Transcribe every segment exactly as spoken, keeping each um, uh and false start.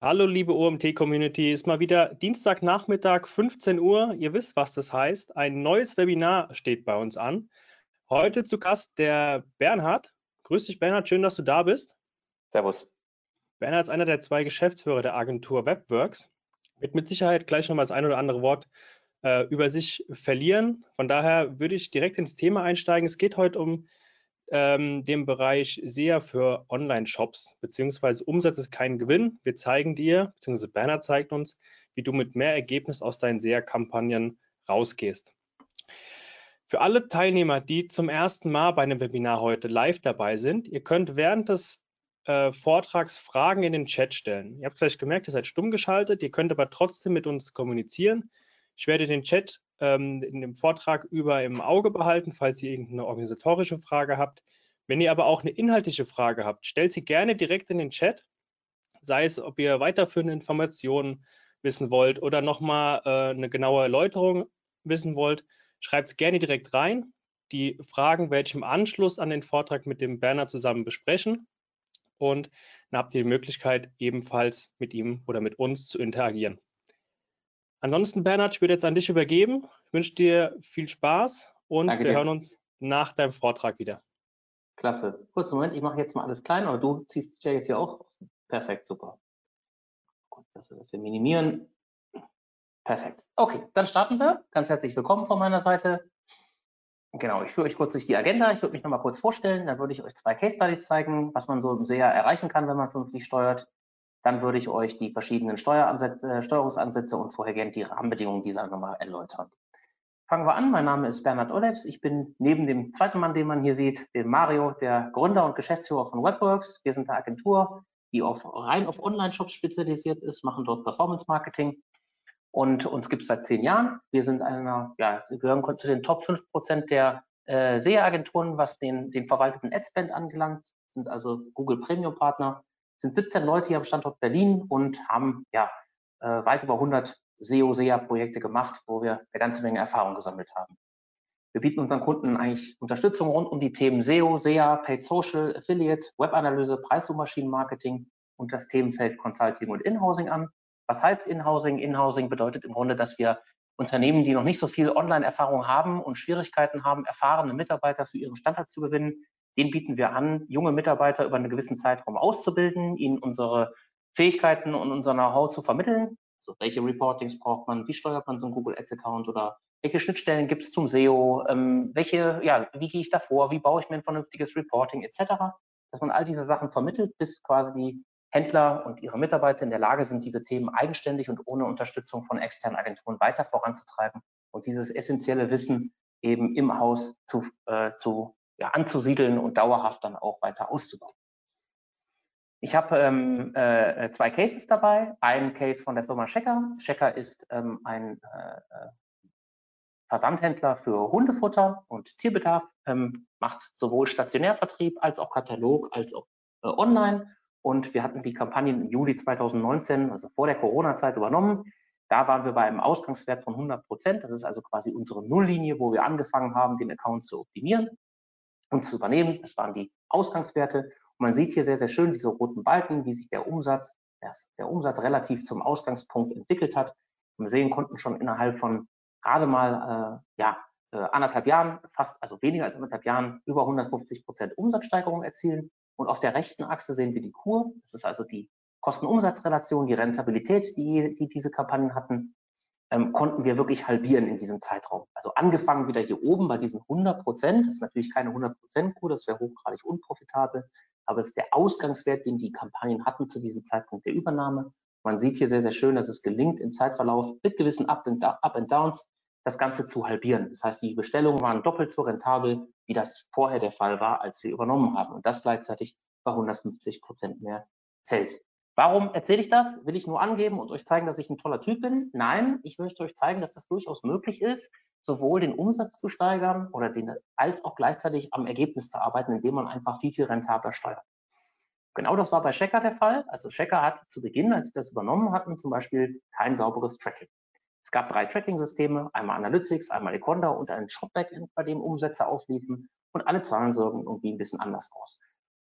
Hallo liebe O M T-Community, ist mal wieder Dienstagnachmittag, fünfzehn Uhr. Ihr wisst, was das heißt. Ein neues Webinar steht bei uns an. Heute zu Gast der Bernhard. Grüß dich Bernhard, schön, dass du da bist. Servus. Bernhard ist einer der zwei Geschäftsführer der Agentur Webworks. Wird mit Sicherheit gleich noch mal das ein oder andere Wort äh, über sich verlieren. Von daher würde ich direkt ins Thema einsteigen. Es geht heute um ähm, den Bereich S E A für Online-Shops, beziehungsweise Umsatz ist kein Gewinn. Wir zeigen dir, beziehungsweise Bernhard zeigt uns, wie du mit mehr Ergebnis aus deinen S E A-Kampagnen rausgehst. Für alle Teilnehmer, die zum ersten Mal bei einem Webinar heute live dabei sind, ihr könnt während des äh, Vortrags Fragen in den Chat stellen. Ihr habt vielleicht gemerkt, ihr seid stumm geschaltet, ihr könnt aber trotzdem mit uns kommunizieren. Ich werde den Chat ähm, in dem Vortrag über im Auge behalten, falls ihr irgendeine organisatorische Frage habt. Wenn ihr aber auch eine inhaltliche Frage habt, stellt sie gerne direkt in den Chat, sei es, ob ihr weiterführende Informationen wissen wollt oder nochmal äh, eine genaue Erläuterung wissen wollt, schreibt es gerne direkt rein. Die Fragen werde ich im Anschluss an den Vortrag mit dem Bernhard zusammen besprechen und dann habt ihr die Möglichkeit, ebenfalls mit ihm oder mit uns zu interagieren. Ansonsten, Bernhard, ich würde jetzt an dich übergeben. Ich wünsche dir viel Spaß und Danke wir dir. hören uns nach deinem Vortrag wieder. Klasse. Kurzen Moment, ich mache jetzt mal alles klein, aber du ziehst dich ja jetzt hier auch raus. Perfekt, super. Gut, dass wir das hier minimieren. Perfekt. Okay, dann starten wir. Ganz herzlich willkommen von meiner Seite. Genau, ich führe euch kurz durch die Agenda. Ich würde mich noch mal kurz vorstellen. Dann würde ich euch zwei Case Studies zeigen, was man so im S E A erreichen kann, wenn man vernünftig steuert. Dann würde ich euch die verschiedenen Steueransätze, Steuerungsansätze und vorhergehend die Rahmenbedingungen dieser nochmal erläutern. Fangen wir an. Mein Name ist Bernhard Olefs. Ich bin neben dem zweiten Mann, den man hier sieht, dem Mario, der Gründer und Geschäftsführer von Webworks. Wir sind eine Agentur, die auf, rein auf Online-Shops spezialisiert ist, machen dort Performance-Marketing. Und uns gibt es seit zehn Jahren. Wir sind einer, ja, wir gehören zu den Top fünf Prozent der äh, S E A-Agenturen, was den, den verwalteten Adspend angelangt, sind also Google Premium-Partner, sind siebzehn Leute hier am Standort Berlin und haben ja äh, weit über hundert S E O-S E A-Projekte gemacht, wo wir eine ganze Menge Erfahrung gesammelt haben. Wir bieten unseren Kunden eigentlich Unterstützung rund um die Themen S E O, S E A, Paid Social, Affiliate, Webanalyse, Preissuchmaschinenmarketing und das Themenfeld Consulting und Inhousing an. Was heißt Inhousing? Inhousing bedeutet im Grunde, dass wir Unternehmen, die noch nicht so viel Online-Erfahrung haben und Schwierigkeiten haben, erfahrene Mitarbeiter für ihren Standort zu gewinnen, denen bieten wir an, junge Mitarbeiter über einen gewissen Zeitraum auszubilden, ihnen unsere Fähigkeiten und unser Know-how zu vermitteln. Also welche Reportings braucht man, wie steuert man so einen Google Ads Account oder welche Schnittstellen gibt es zum S E O, ähm, welche, ja, wie gehe ich da vor, wie baue ich mir ein vernünftiges Reporting et cetera. Dass man all diese Sachen vermittelt, bis quasi die Händler und ihre Mitarbeiter in der Lage sind, diese Themen eigenständig und ohne Unterstützung von externen Agenturen weiter voranzutreiben und dieses essentielle Wissen eben im Haus zu, äh, zu ja, anzusiedeln und dauerhaft dann auch weiter auszubauen. Ich habe ähm, äh, zwei Cases dabei. Ein Case von der Firma Checker. Checker ist ähm, ein äh, Versandhändler für Hundefutter und Tierbedarf, ähm, macht sowohl Stationärvertrieb als auch Katalog als auch äh, online. Und wir hatten die Kampagnen im Juli zweitausendneunzehn, also vor der Corona-Zeit, übernommen. Da waren wir bei einem Ausgangswert von hundert Prozent. Das ist also quasi unsere Nulllinie, wo wir angefangen haben, den Account zu optimieren und zu übernehmen. Das waren die Ausgangswerte. Und man sieht hier sehr, sehr schön diese roten Balken, wie sich der Umsatz, der Umsatz relativ zum Ausgangspunkt entwickelt hat. Und wir sehen konnten schon innerhalb von gerade mal äh, ja, äh, anderthalb Jahren, fast, also weniger als anderthalb Jahren, über hundertfünfzig Prozent Umsatzsteigerung erzielen. Und auf der rechten Achse sehen wir die Kur. Das ist also die Kosten-Umsatz-Relation, die Rentabilität, die, die diese Kampagnen hatten, ähm, konnten wir wirklich halbieren in diesem Zeitraum. Also angefangen wieder hier oben bei diesen hundert Prozent. Das ist natürlich keine hundert Prozent Kur, das wäre hochgradig unprofitabel. Aber es ist der Ausgangswert, den die Kampagnen hatten zu diesem Zeitpunkt der Übernahme. Man sieht hier sehr, sehr schön, dass es gelingt, im Zeitverlauf mit gewissen Up and, Up and Downs das Ganze zu halbieren. Das heißt, die Bestellungen waren doppelt so rentabel, wie das vorher der Fall war, als wir übernommen haben. Und das gleichzeitig bei hundertfünfzig Prozent mehr Sales. Warum erzähle ich das? Will ich nur angeben und euch zeigen, dass ich ein toller Typ bin? Nein, ich möchte euch zeigen, dass das durchaus möglich ist, sowohl den Umsatz zu steigern oder den, als auch gleichzeitig am Ergebnis zu arbeiten, indem man einfach viel, viel rentabler steuert. Genau das war bei Checker der Fall. Also Checker hat zu Beginn, als wir das übernommen hatten, zum Beispiel kein sauberes Tracking. Es gab drei Tracking-Systeme, einmal Analytics, einmal Econda und ein Shop-Backend, bei dem Umsätze aufliefen und alle Zahlen sorgen irgendwie ein bisschen anders aus.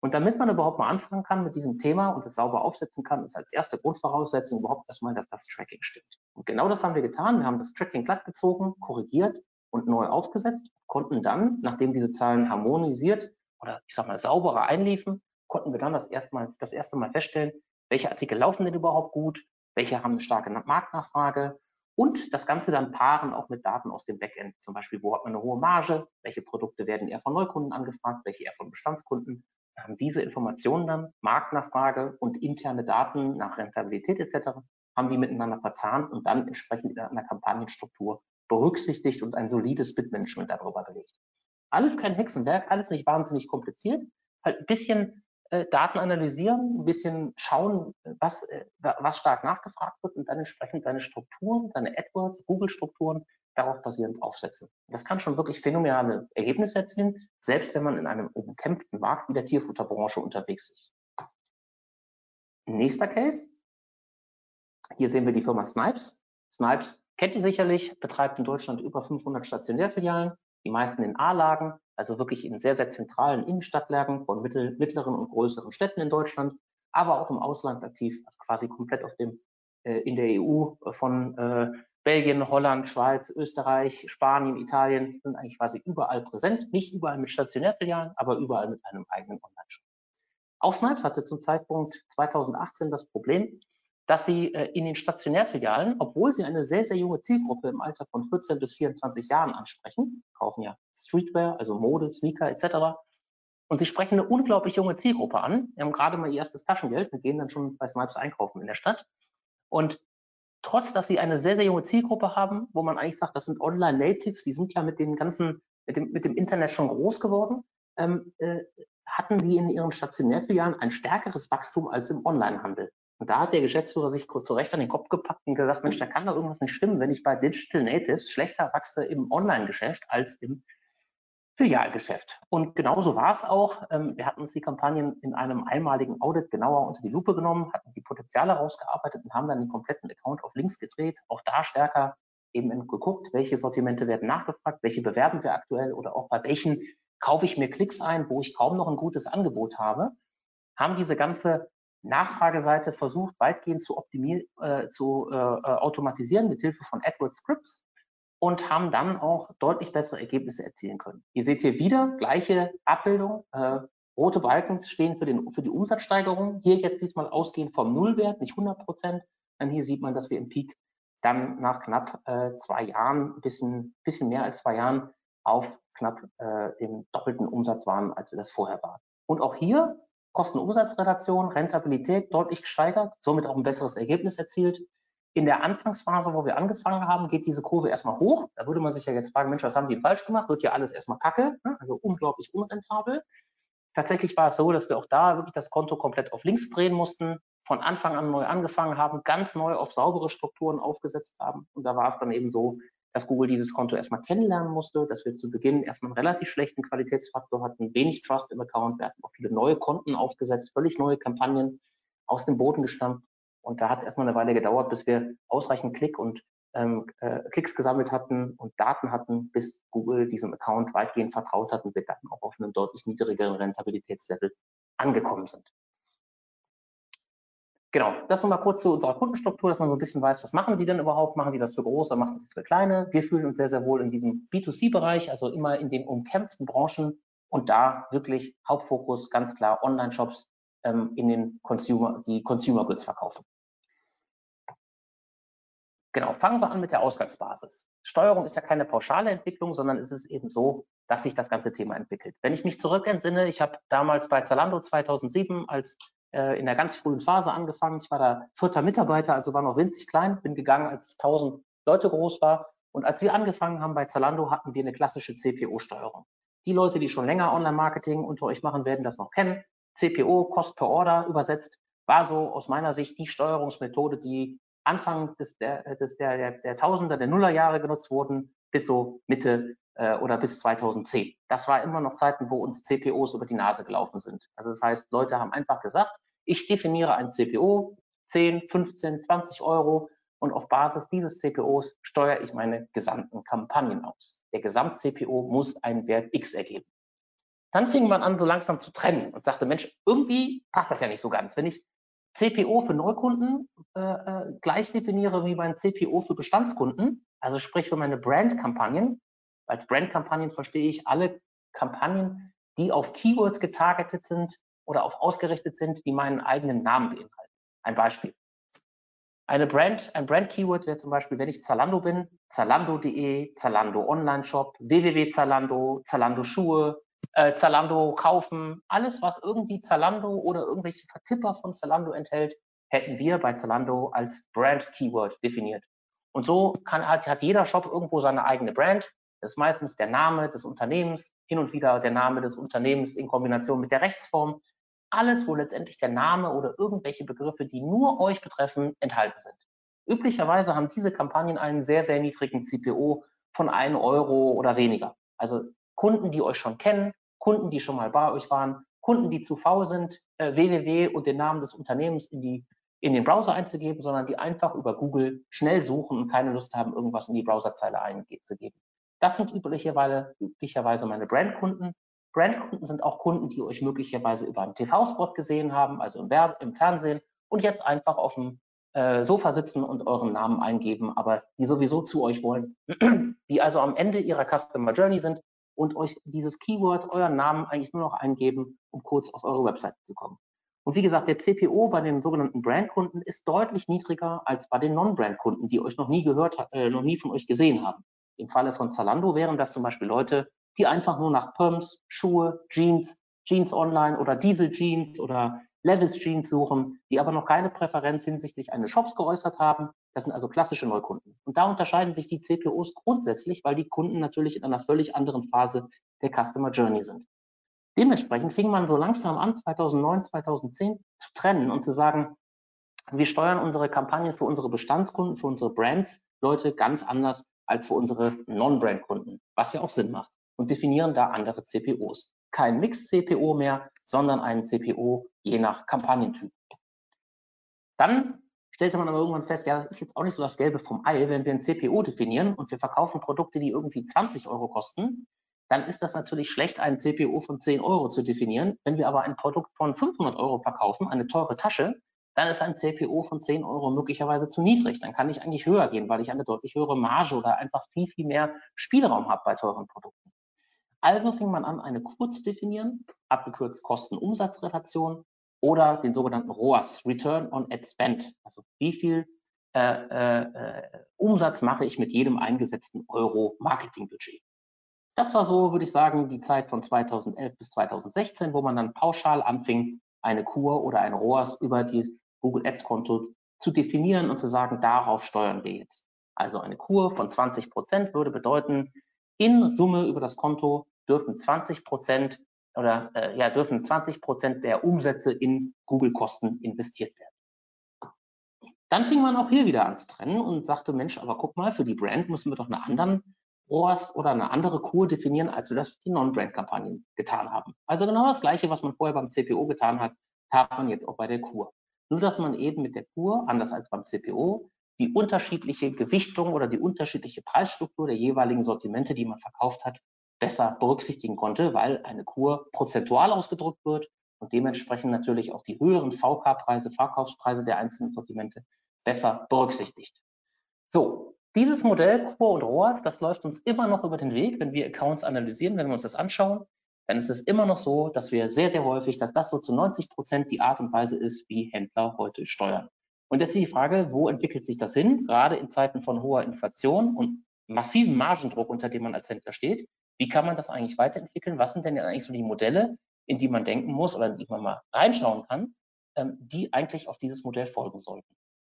Und damit man überhaupt mal anfangen kann mit diesem Thema und es sauber aufsetzen kann, ist als erste Grundvoraussetzung überhaupt erstmal, dass das Tracking stimmt. Und genau das haben wir getan. Wir haben das Tracking glattgezogen, korrigiert und neu aufgesetzt, konnten dann, nachdem diese Zahlen harmonisiert oder ich sag mal sauberer einliefen, konnten wir dann das erste Mal, das erste Mal feststellen, welche Artikel laufen denn überhaupt gut, welche haben eine starke Marktnachfrage und das Ganze dann paaren auch mit Daten aus dem Backend. Zum Beispiel, wo hat man eine hohe Marge, welche Produkte werden eher von Neukunden angefragt, welche eher von Bestandskunden. Wir haben diese Informationen dann, Marktnachfrage und interne Daten nach Rentabilität et cetera, haben die miteinander verzahnt und dann entsprechend in einer Kampagnenstruktur berücksichtigt und ein solides Bitmanagement darüber gelegt. Alles kein Hexenwerk, alles nicht wahnsinnig kompliziert, halt ein bisschen äh, Daten analysieren, ein bisschen schauen, was, äh, was stark nachgefragt wird und dann entsprechend deine Strukturen, deine AdWords, Google-Strukturen darauf basierend aufsetzen. Das kann schon wirklich phänomenale Ergebnisse erzielen, selbst wenn man in einem umkämpften Markt wie der Tierfutterbranche unterwegs ist. Nächster Case. Hier sehen wir die Firma Snipes. Snipes kennt ihr sicherlich, betreibt in Deutschland über fünfhundert Stationärfilialen, die meisten in A-Lagen, also wirklich in sehr, sehr zentralen Innenstadtlagen von mittel, mittleren und größeren Städten in Deutschland, aber auch im Ausland aktiv, also quasi komplett auf dem, äh, in der E U von äh, Belgien, Holland, Schweiz, Österreich, Spanien, Italien, sind eigentlich quasi überall präsent, nicht überall mit Stationärfilialen, aber überall mit einem eigenen Online-Shop. Auch Snipes hatte zum Zeitpunkt zweitausendachtzehn das Problem, dass sie äh, in den Stationärfilialen, obwohl sie eine sehr, sehr junge Zielgruppe im Alter von vierzehn bis vierundzwanzig Jahren ansprechen, kaufen ja Streetwear, also Mode, Sneaker et cetera. Und sie sprechen eine unglaublich junge Zielgruppe an. Wir haben gerade mal ihr erstes Taschengeld und gehen dann schon bei Snipes einkaufen in der Stadt. Und trotz, dass sie eine sehr, sehr junge Zielgruppe haben, wo man eigentlich sagt, das sind Online-Natives, die sind ja mit dem ganzen, mit dem, mit dem Internet schon groß geworden, ähm, äh, hatten die in ihren Stationärfilialen ein stärkeres Wachstum als im Onlinehandel. Und da hat der Geschäftsführer sich kurz zurecht an den Kopf gepackt und gesagt, Mensch, da kann doch irgendwas nicht stimmen, wenn ich bei Digital Natives schlechter wachse im Online-Geschäft als im Filialgeschäft. Und genauso war es auch. Wir hatten uns die Kampagnen in einem einmaligen Audit genauer unter die Lupe genommen, hatten die Potenziale herausgearbeitet und haben dann den kompletten Account auf links gedreht, auch da stärker eben geguckt, welche Sortimente werden nachgefragt, welche bewerben wir aktuell oder auch bei welchen kaufe ich mir Klicks ein, wo ich kaum noch ein gutes Angebot habe, haben diese ganze Nachfrageseite versucht, weitgehend zu optimieren, äh, zu äh, automatisieren mit Hilfe von AdWords Scripts und haben dann auch deutlich bessere Ergebnisse erzielen können. Ihr seht hier wieder gleiche Abbildung. Äh, rote Balken stehen für, den, für die Umsatzsteigerung. Hier jetzt diesmal ausgehend vom Nullwert, nicht hundert Prozent. Dann hier sieht man, dass wir im Peak dann nach knapp äh, zwei Jahren, ein bisschen, bisschen mehr als zwei Jahren, auf knapp äh, dem doppelten Umsatz waren, als wir das vorher waren. Und auch hier Kosten-Umsatz-Relation, Rentabilität deutlich gesteigert, somit auch ein besseres Ergebnis erzielt. In der Anfangsphase, wo wir angefangen haben, geht diese Kurve erstmal hoch. Da würde man sich ja jetzt fragen, Mensch, was haben die falsch gemacht? Wird ja alles erstmal kacke, also unglaublich unrentabel. Tatsächlich war es so, dass wir auch da wirklich das Konto komplett auf links drehen mussten, von Anfang an neu angefangen haben, ganz neu auf saubere Strukturen aufgesetzt haben. Und da war es dann eben so, dass Google dieses Konto erstmal kennenlernen musste, dass wir zu Beginn erstmal einen relativ schlechten Qualitätsfaktor hatten, wenig Trust im Account, wir hatten auch viele neue Konten aufgesetzt, völlig neue Kampagnen aus dem Boden gestampft. Und da hat es erstmal eine Weile gedauert, bis wir ausreichend Klick und ähm, äh, Klicks gesammelt hatten und Daten hatten, bis Google diesem Account weitgehend vertraut hat und wir dann auch auf einem deutlich niedrigeren Rentabilitätslevel angekommen sind. Genau, das nochmal kurz zu unserer Kundenstruktur, dass man so ein bisschen weiß, was machen die denn überhaupt? Machen die das für große, machen die das für kleine? Wir fühlen uns sehr, sehr wohl in diesem B zwei C-Bereich, also immer in den umkämpften Branchen und da wirklich Hauptfokus ganz klar Online-Shops ähm, in den Consumer, die Consumer Goods verkaufen. Genau, fangen wir an mit der Ausgangsbasis. Steuerung ist ja keine pauschale Entwicklung, sondern es ist eben so, dass sich das ganze Thema entwickelt. Wenn ich mich zurück entsinne, ich habe damals bei Zalando zweitausendsieben als äh, in der ganz frühen Phase angefangen. Ich war da vierter Mitarbeiter, also war noch winzig klein, bin gegangen, als tausend Leute groß war. Und als wir angefangen haben bei Zalando, hatten wir eine klassische C P O-Steuerung. Die Leute, die schon länger Online-Marketing unter euch machen, werden das noch kennen. C P O, Cost per Order übersetzt, war so aus meiner Sicht die Steuerungsmethode, die Anfang des, der, des, der, der, der Tausender, der Nullerjahre genutzt wurden, bis so Mitte äh, oder bis zweitausendzehn. Das war immer noch Zeiten, wo uns C P Os über die Nase gelaufen sind. Also das heißt, Leute haben einfach gesagt, ich definiere ein C P O, zehn, fünfzehn, zwanzig Euro und auf Basis dieses C P Os steuere ich meine gesamten Kampagnen aus. Der Gesamt-C P O muss einen Wert X ergeben. Dann fing man an, so langsam zu trennen und sagte, Mensch, irgendwie passt das ja nicht so ganz. Wenn ich C P O für Neukunden äh, äh, gleich definiere wie mein C P O für Bestandskunden, also sprich für meine Brand-Kampagnen. Als Brand-Kampagnen verstehe ich alle Kampagnen, die auf Keywords getargetet sind oder auf ausgerichtet sind, die meinen eigenen Namen beinhalten. Ein Beispiel. Eine Brand, ein Brand-Keyword wäre zum Beispiel, wenn ich Zalando bin, zalando punkt de, Zalando Online-Shop, w w w punkt zalando, Zalando Schuhe, äh, Zalando kaufen, alles, was irgendwie Zalando oder irgendwelche Vertipper von Zalando enthält, hätten wir bei Zalando als Brand-Keyword definiert. Und so kann, hat, hat jeder Shop irgendwo seine eigene Brand. Das ist meistens der Name des Unternehmens, hin und wieder der Name des Unternehmens in Kombination mit der Rechtsform. Alles, wo letztendlich der Name oder irgendwelche Begriffe, die nur euch betreffen, enthalten sind. Üblicherweise haben diese Kampagnen einen sehr, sehr niedrigen C P O von einem Euro oder weniger. Also Kunden, die euch schon kennen, Kunden, die schon mal bei euch waren, Kunden, die zu faul sind, äh, www und den Namen des Unternehmens in, die, in den Browser einzugeben, sondern die einfach über Google schnell suchen und keine Lust haben, irgendwas in die Browserzeile einzugeben. Das sind üblicherweise, üblicherweise meine Brandkunden. Brandkunden sind auch Kunden, die euch möglicherweise über einen T V-Spot gesehen haben, also im, Werb im Fernsehen, und jetzt einfach auf dem äh, Sofa sitzen und euren Namen eingeben, aber die sowieso zu euch wollen, die also am Ende ihrer Customer Journey sind und euch dieses Keyword, euren Namen eigentlich nur noch eingeben, um kurz auf eure Webseite zu kommen. Und wie gesagt, der C P O bei den sogenannten Brandkunden ist deutlich niedriger als bei den Non-Brand-Kunden, die euch noch nie gehört, äh, noch nie von euch gesehen haben. Im Falle von Zalando wären das zum Beispiel Leute, die einfach nur nach Pumps, Schuhe, Jeans, Jeans Online oder Diesel Jeans oder Levi's Jeans suchen, die aber noch keine Präferenz hinsichtlich eines Shops geäußert haben. Das sind also klassische Neukunden. Und da unterscheiden sich die C P Os grundsätzlich, weil die Kunden natürlich in einer völlig anderen Phase der Customer Journey sind. Dementsprechend fing man so langsam an, zweitausendneun, zweitausendzehn zu trennen und zu sagen, wir steuern unsere Kampagnen für unsere Bestandskunden, für unsere Brands, Leute ganz anders als für unsere Non-Brand-Kunden, was ja auch Sinn macht, und definieren da andere C P Os. Kein Mix-C P O mehr, sondern einen C P O je nach Kampagnentyp. Dann stellte man aber irgendwann fest, ja, das ist jetzt auch nicht so das Gelbe vom Ei, wenn wir ein C P O definieren und wir verkaufen Produkte, die irgendwie zwanzig Euro kosten, dann ist das natürlich schlecht, einen C P O von zehn Euro zu definieren. Wenn wir aber ein Produkt von fünfhundert Euro verkaufen, eine teure Tasche, dann ist ein C P O von zehn Euro möglicherweise zu niedrig. Dann kann ich eigentlich höher gehen, weil ich eine deutlich höhere Marge oder einfach viel, viel mehr Spielraum habe bei teuren Produkten. Also fing man an, eine Kur zu definieren, abgekürzt Kosten-Umsatz-Relation oder den sogenannten R O A S, Return on Ad Spend. Also wie viel äh, äh, Umsatz mache ich mit jedem eingesetzten Euro Marketingbudget. Das war so, würde ich sagen, die Zeit von zweitausendelf bis zweitausendsechzehn, wo man dann pauschal anfing, eine Kur oder ein R O A S über dieses Google Ads Konto zu definieren und zu sagen, darauf steuern wir jetzt. Also eine Kur von zwanzig Prozent würde bedeuten, in Summe über das Konto dürfen zwanzig Prozent oder äh, ja, dürfen zwanzig Prozent der Umsätze in Google-Kosten investiert werden. Dann fing man auch hier wieder an zu trennen und sagte, Mensch, aber guck mal, für die Brand müssen wir doch einen anderen R O A S oder eine andere Kur definieren, als wir das für die Non-Brand-Kampagnen getan haben. Also genau das Gleiche, was man vorher beim C P O getan hat, tat man jetzt auch bei der Kur. Nur, dass man eben mit der Kur, anders als beim C P O, die unterschiedliche Gewichtung oder die unterschiedliche Preisstruktur der jeweiligen Sortimente, die man verkauft hat, besser berücksichtigen konnte, weil eine Kur prozentual ausgedrückt wird und dementsprechend natürlich auch die höheren V K-Preise, Verkaufspreise der einzelnen Sortimente besser berücksichtigt. So, dieses Modell Kur und R O A S, das läuft uns immer noch über den Weg, wenn wir Accounts analysieren, wenn wir uns das anschauen, dann ist es immer noch so, dass wir sehr, sehr häufig, dass das so zu neunzig Prozent die Art und Weise ist, wie Händler heute steuern. Und jetzt ist die Frage, wo entwickelt sich das hin? Gerade in Zeiten von hoher Inflation und massivem Margendruck, unter dem man als Händler steht. Wie kann man das eigentlich weiterentwickeln? Was sind denn eigentlich so die Modelle, in die man denken muss oder in die man mal reinschauen kann, die eigentlich auf dieses Modell folgen sollten?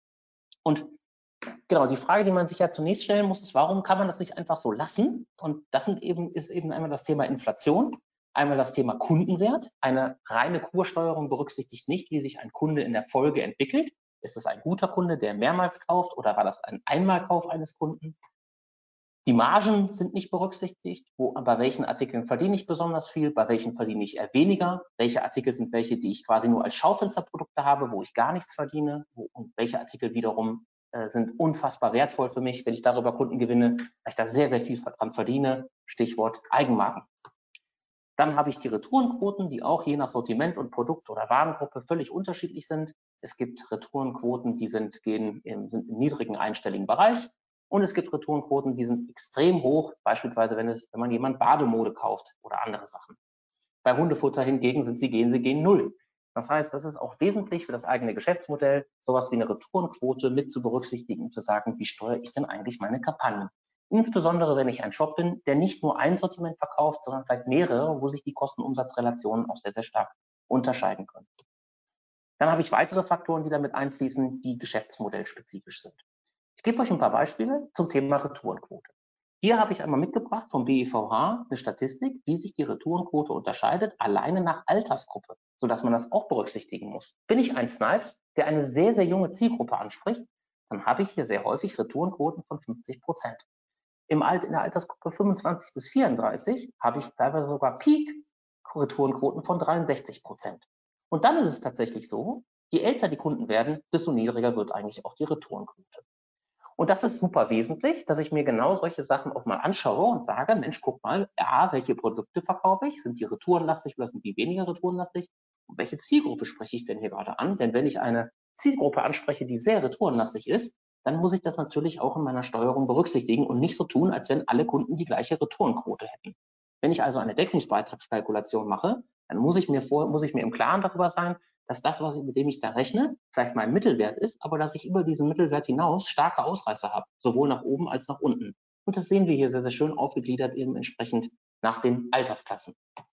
Und genau, die Frage, die man sich ja zunächst stellen muss, ist, warum kann man das nicht einfach so lassen? Und das sind eben, ist eben einmal das Thema Inflation, einmal das Thema Kundenwert. Eine reine Kursteuerung berücksichtigt nicht, wie sich ein Kunde in der Folge entwickelt. Ist das ein guter Kunde, der mehrmals kauft, oder war das ein Einmalkauf eines Kunden? Die Margen sind nicht berücksichtigt. Wo, bei welchen Artikeln verdiene ich besonders viel, bei welchen verdiene ich eher weniger? Welche Artikel sind welche, die ich quasi nur als Schaufensterprodukte habe, wo ich gar nichts verdiene? Wo, und welche Artikel wiederum äh, sind unfassbar wertvoll für mich, wenn ich darüber Kunden gewinne, weil ich da sehr, sehr viel dran verdiene. Stichwort Eigenmarken. Dann habe ich die Retourenquoten, die auch je nach Sortiment und Produkt oder Warengruppe völlig unterschiedlich sind. Es gibt Retourenquoten, die sind, gehen im, sind im niedrigen einstelligen Bereich. Und es gibt Retourenquoten, die sind extrem hoch, beispielsweise wenn, es, wenn man jemand Bademode kauft oder andere Sachen. Bei Hundefutter hingegen sind sie gehen, sie gehen null. Das heißt, das ist auch wesentlich für das eigene Geschäftsmodell, sowas wie eine Retourenquote mit zu berücksichtigen, zu sagen, wie steuere ich denn eigentlich meine Kampagnen? Insbesondere, wenn ich ein Shop bin, der nicht nur ein Sortiment verkauft, sondern vielleicht mehrere, wo sich die Kosten-Umsatz-Relationen auch sehr, sehr stark unterscheiden können. Dann habe ich weitere Faktoren, die damit einfließen, die geschäftsmodellspezifisch sind. Ich gebe euch ein paar Beispiele zum Thema Retourenquote. Hier habe ich einmal mitgebracht vom B I V H eine Statistik, wie sich die Retourenquote unterscheidet, alleine nach Altersgruppe, sodass man das auch berücksichtigen muss. Bin ich ein Snipes, der eine sehr, sehr junge Zielgruppe anspricht, dann habe ich hier sehr häufig Retourenquoten von fünfzig Prozent. Im Alt, in der Altersgruppe fünfundzwanzig bis vierunddreißig habe ich teilweise sogar Peak-Retourenquoten von dreiundsechzig Prozent. Und dann ist es tatsächlich so, je älter die Kunden werden, desto niedriger wird eigentlich auch die Retourenquote. Und das ist super wesentlich, dass ich mir genau solche Sachen auch mal anschaue und sage, Mensch, guck mal, ja, welche Produkte verkaufe ich? Sind die retourenlastig oder sind die weniger retourenlastig? Und welche Zielgruppe spreche ich denn hier gerade an? Denn wenn ich eine Zielgruppe anspreche, die sehr retourenlastig ist, dann muss ich das natürlich auch in meiner Steuerung berücksichtigen und nicht so tun, als wenn alle Kunden die gleiche Retourenquote hätten. Wenn ich also eine Deckungsbeitragskalkulation mache, dann muss ich mir vor, muss ich mir im Klaren darüber sein, dass das, was mit dem ich da rechne, vielleicht mein Mittelwert ist, aber dass ich über diesen Mittelwert hinaus starke Ausreißer habe, sowohl nach oben als nach unten. Und das sehen wir hier sehr, sehr schön aufgegliedert eben entsprechend nach den Altersklassen.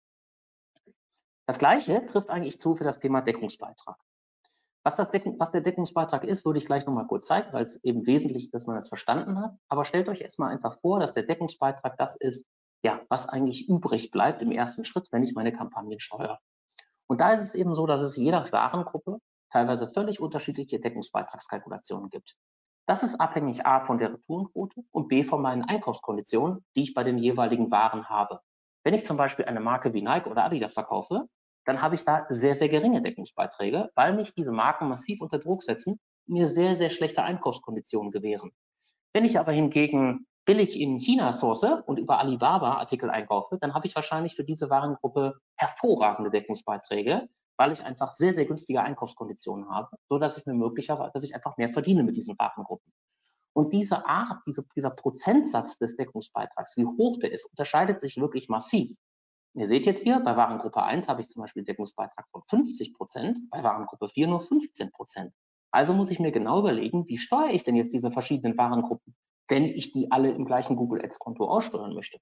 Das Gleiche trifft eigentlich zu für das Thema Deckungsbeitrag. Was, das Deckung, was der Deckungsbeitrag ist, würde ich gleich nochmal kurz zeigen, weil es eben wesentlich ist, dass man das verstanden hat. Aber stellt euch erstmal einfach vor, dass der Deckungsbeitrag das ist, ja, was eigentlich übrig bleibt im ersten Schritt, wenn ich meine Kampagnen steuere. Und da ist es eben so, dass es je nach Warengruppe teilweise völlig unterschiedliche Deckungsbeitragskalkulationen gibt. Das ist abhängig A von der Retourenquote und B von meinen Einkaufskonditionen, die ich bei den jeweiligen Waren habe. Wenn ich zum Beispiel eine Marke wie Nike oder Adidas verkaufe, dann habe ich da sehr, sehr geringe Deckungsbeiträge, weil mich diese Marken massiv unter Druck setzen und mir sehr, sehr schlechte Einkaufskonditionen gewähren. Wenn ich aber hingegen billig in China source und über Alibaba Artikel einkaufe, dann habe ich wahrscheinlich für diese Warengruppe hervorragende Deckungsbeiträge, weil ich einfach sehr, sehr günstige Einkaufskonditionen habe, so dass ich mir möglicherweise, dass ich einfach mehr verdiene mit diesen Warengruppen. Und diese Art, diese, dieser Prozentsatz des Deckungsbeitrags, wie hoch der ist, unterscheidet sich wirklich massiv. Ihr seht jetzt hier, bei Warengruppe eins habe ich zum Beispiel einen Deckungsbeitrag von fünfzig Prozent, bei Warengruppe vier nur fünfzehn Prozent. Also muss ich mir genau überlegen, wie steuere ich denn jetzt diese verschiedenen Warengruppen, wenn ich die alle im gleichen Google Ads Konto aussteuern möchte.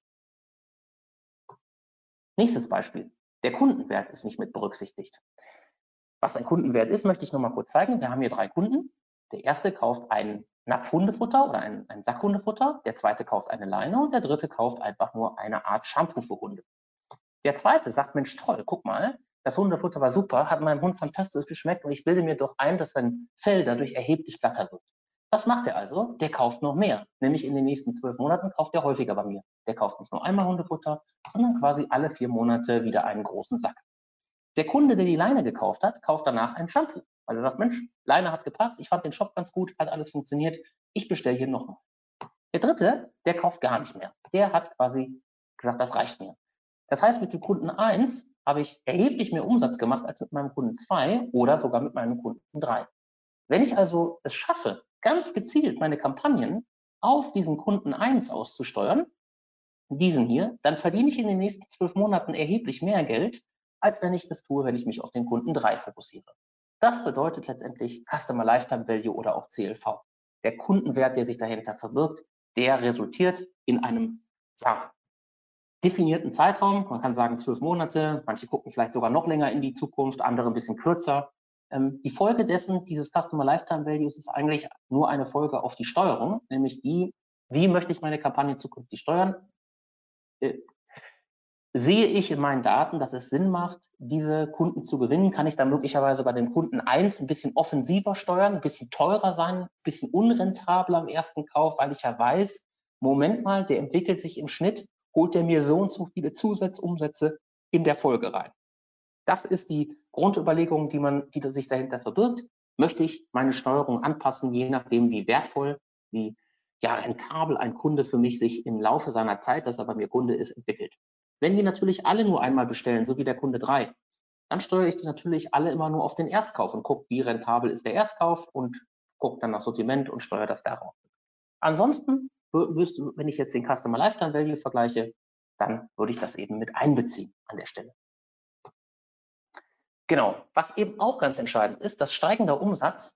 Nächstes Beispiel. Der Kundenwert ist nicht mit berücksichtigt. Was ein Kundenwert ist, möchte ich noch mal kurz zeigen. Wir haben hier drei Kunden. Der erste kauft ein Napfhundefutter oder ein, ein Sackhundefutter. Der zweite kauft eine Leine und der dritte kauft einfach nur eine Art Shampoo für Hunde. Der zweite sagt, Mensch, toll, guck mal, das Hundefutter war super, hat meinem Hund fantastisch geschmeckt und ich bilde mir doch ein, dass sein Fell dadurch erheblich glatter wird. Was macht er also? Der kauft noch mehr. Nämlich in den nächsten zwölf Monaten kauft er häufiger bei mir. Der kauft nicht nur einmal Hundefutter, sondern quasi alle vier Monate wieder einen großen Sack. Der Kunde, der die Leine gekauft hat, kauft danach ein Shampoo. Weil er sagt, Mensch, Leine hat gepasst, ich fand den Shop ganz gut, hat alles funktioniert, ich bestelle hier nochmal. Der dritte, der kauft gar nicht mehr. Der hat quasi gesagt, das reicht mir. Das heißt, mit dem Kunden eins habe ich erheblich mehr Umsatz gemacht als mit meinem Kunden zwei oder sogar mit meinem Kunden drei. Wenn ich also es schaffe, ganz gezielt meine Kampagnen auf diesen Kunden eins auszusteuern, diesen hier, dann verdiene ich in den nächsten zwölf Monaten erheblich mehr Geld, als wenn ich das tue, wenn ich mich auf den Kunden drei fokussiere. Das bedeutet letztendlich Customer Lifetime Value oder auch C L V. Der Kundenwert, der sich dahinter verbirgt, der resultiert in einem ja, definierten Zeitraum. Man kann sagen zwölf Monate, manche gucken vielleicht sogar noch länger in die Zukunft, andere ein bisschen kürzer. Ähm, die Folge dessen, dieses Customer Lifetime Values, ist eigentlich nur eine Folge auf die Steuerung, nämlich die, wie möchte ich meine Kampagne zukünftig steuern? Äh, sehe ich in meinen Daten, dass es Sinn macht, diese Kunden zu gewinnen, kann ich dann möglicherweise bei dem Kunden eins ein bisschen offensiver steuern, ein bisschen teurer sein, ein bisschen unrentabler im ersten Kauf, weil ich ja weiß, Moment mal, der entwickelt sich im Schnitt, holt er mir so und so viele Zusatzumsätze in der Folge rein. Das ist die Grundüberlegung, die man, die sich dahinter verbirgt. Möchte ich meine Steuerung anpassen, je nachdem, wie wertvoll, wie ja, rentabel ein Kunde für mich sich im Laufe seiner Zeit, dass er bei mir Kunde ist, entwickelt. Wenn die natürlich alle nur einmal bestellen, so wie der Kunde drei, dann steuere ich die natürlich alle immer nur auf den Erstkauf und gucke, wie rentabel ist der Erstkauf und gucke dann nach Sortiment und steuere das darauf. Ansonsten, wirst du, wenn ich jetzt den Customer Lifetime Value vergleiche, dann würde ich das eben mit einbeziehen an der Stelle. Genau, was eben auch ganz entscheidend ist, dass steigender Umsatz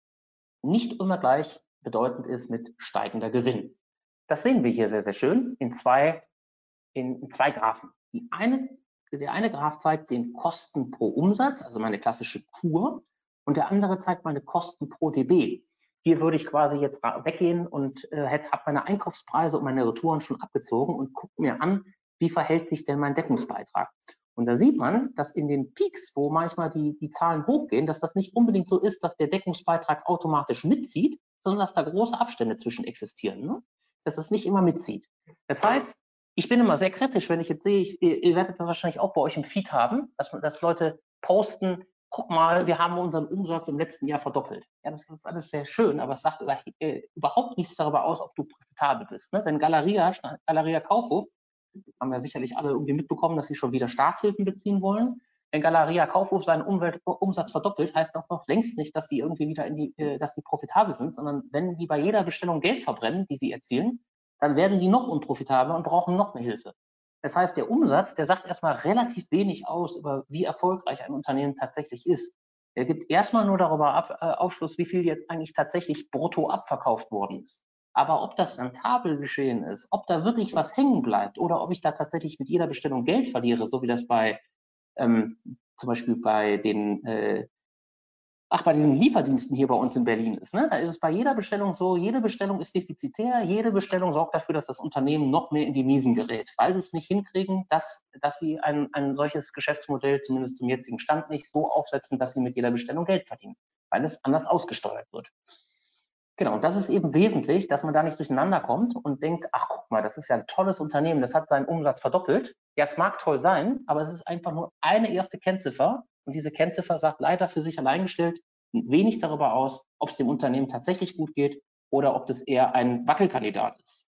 nicht immer gleich bedeutend ist mit steigender Gewinn. Das sehen wir hier sehr, sehr schön in zwei, in, in zwei Graphen. Die eine, der eine Graph zeigt den Kosten pro Umsatz, also meine klassische Kur, und der andere zeigt meine Kosten pro D B. Hier würde ich quasi jetzt weggehen und äh, habe meine Einkaufspreise und meine Retouren schon abgezogen und gucke mir an, wie verhält sich denn mein Deckungsbeitrag. Und da sieht man, dass in den Peaks, wo manchmal die, die Zahlen hochgehen, dass das nicht unbedingt so ist, dass der Deckungsbeitrag automatisch mitzieht, sondern dass da große Abstände zwischen existieren, ne? Dass das nicht immer mitzieht. Das heißt, ich bin immer sehr kritisch, wenn ich jetzt sehe, ich, ihr, ihr werdet das wahrscheinlich auch bei euch im Feed haben, dass, dass Leute posten, guck mal, wir haben unseren Umsatz im letzten Jahr verdoppelt. Ja, das ist alles sehr schön, aber es sagt über, äh, überhaupt nichts darüber aus, ob du profitabel bist. Ne? Wenn Galeria, Galeria Kaufhof, haben wir sicherlich alle irgendwie mitbekommen, dass sie schon wieder Staatshilfen beziehen wollen. Wenn Galeria Kaufhof seinen Umwelt Umsatz verdoppelt, heißt auch noch längst nicht, dass die irgendwie wieder in die, äh, dass die profitabel sind, sondern wenn die bei jeder Bestellung Geld verbrennen, die sie erzielen, dann werden die noch unprofitabler und brauchen noch mehr Hilfe. Das heißt, der Umsatz, der sagt erstmal relativ wenig aus über, wie erfolgreich ein Unternehmen tatsächlich ist. Der gibt erstmal nur darüber ab, äh, Aufschluss, wie viel jetzt eigentlich tatsächlich brutto abverkauft worden ist. Aber ob das rentabel geschehen ist, ob da wirklich was hängen bleibt oder ob ich da tatsächlich mit jeder Bestellung Geld verliere, so wie das bei ähm, zum Beispiel bei den äh, ach, bei diesen Lieferdiensten hier bei uns in Berlin ist, ne? Da ist es bei jeder Bestellung so, jede Bestellung ist defizitär, jede Bestellung sorgt dafür, dass das Unternehmen noch mehr in die Miesen gerät, weil sie es nicht hinkriegen, dass, dass sie ein, ein solches Geschäftsmodell, zumindest zum jetzigen Stand nicht, so aufsetzen, dass sie mit jeder Bestellung Geld verdienen, weil es anders ausgesteuert wird. Genau, und das ist eben wesentlich, dass man da nicht durcheinander kommt und denkt, ach guck mal, das ist ja ein tolles Unternehmen, das hat seinen Umsatz verdoppelt. Ja, es mag toll sein, aber es ist einfach nur eine erste Kennziffer und diese Kennziffer sagt leider für sich allein gestellt wenig darüber aus, ob es dem Unternehmen tatsächlich gut geht oder ob das eher ein Wackelkandidat ist.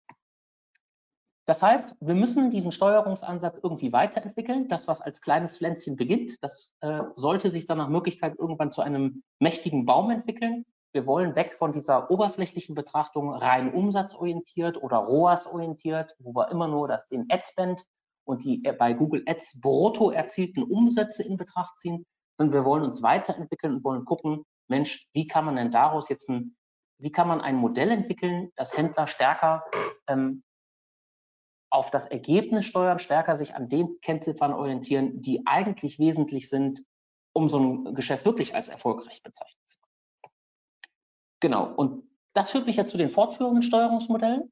Das heißt, wir müssen diesen Steuerungsansatz irgendwie weiterentwickeln. Das, was als kleines Pflänzchen beginnt, das äh, sollte sich dann nach Möglichkeit irgendwann zu einem mächtigen Baum entwickeln. Wir wollen weg von dieser oberflächlichen Betrachtung rein umsatzorientiert oder R O A S-orientiert, wo wir immer nur das, den Ad-Spend und die äh, bei Google Ads brutto erzielten Umsätze in Betracht ziehen, sondern wir wollen uns weiterentwickeln und wollen gucken, Mensch, wie kann man denn daraus jetzt ein, wie kann man ein Modell entwickeln, das Händler stärker ähm, auf das Ergebnis steuern, stärker sich an den Kennziffern orientieren, die eigentlich wesentlich sind, um so ein Geschäft wirklich als erfolgreich bezeichnen zu können. Genau, und das führt mich jetzt zu den fortführenden Steuerungsmodellen.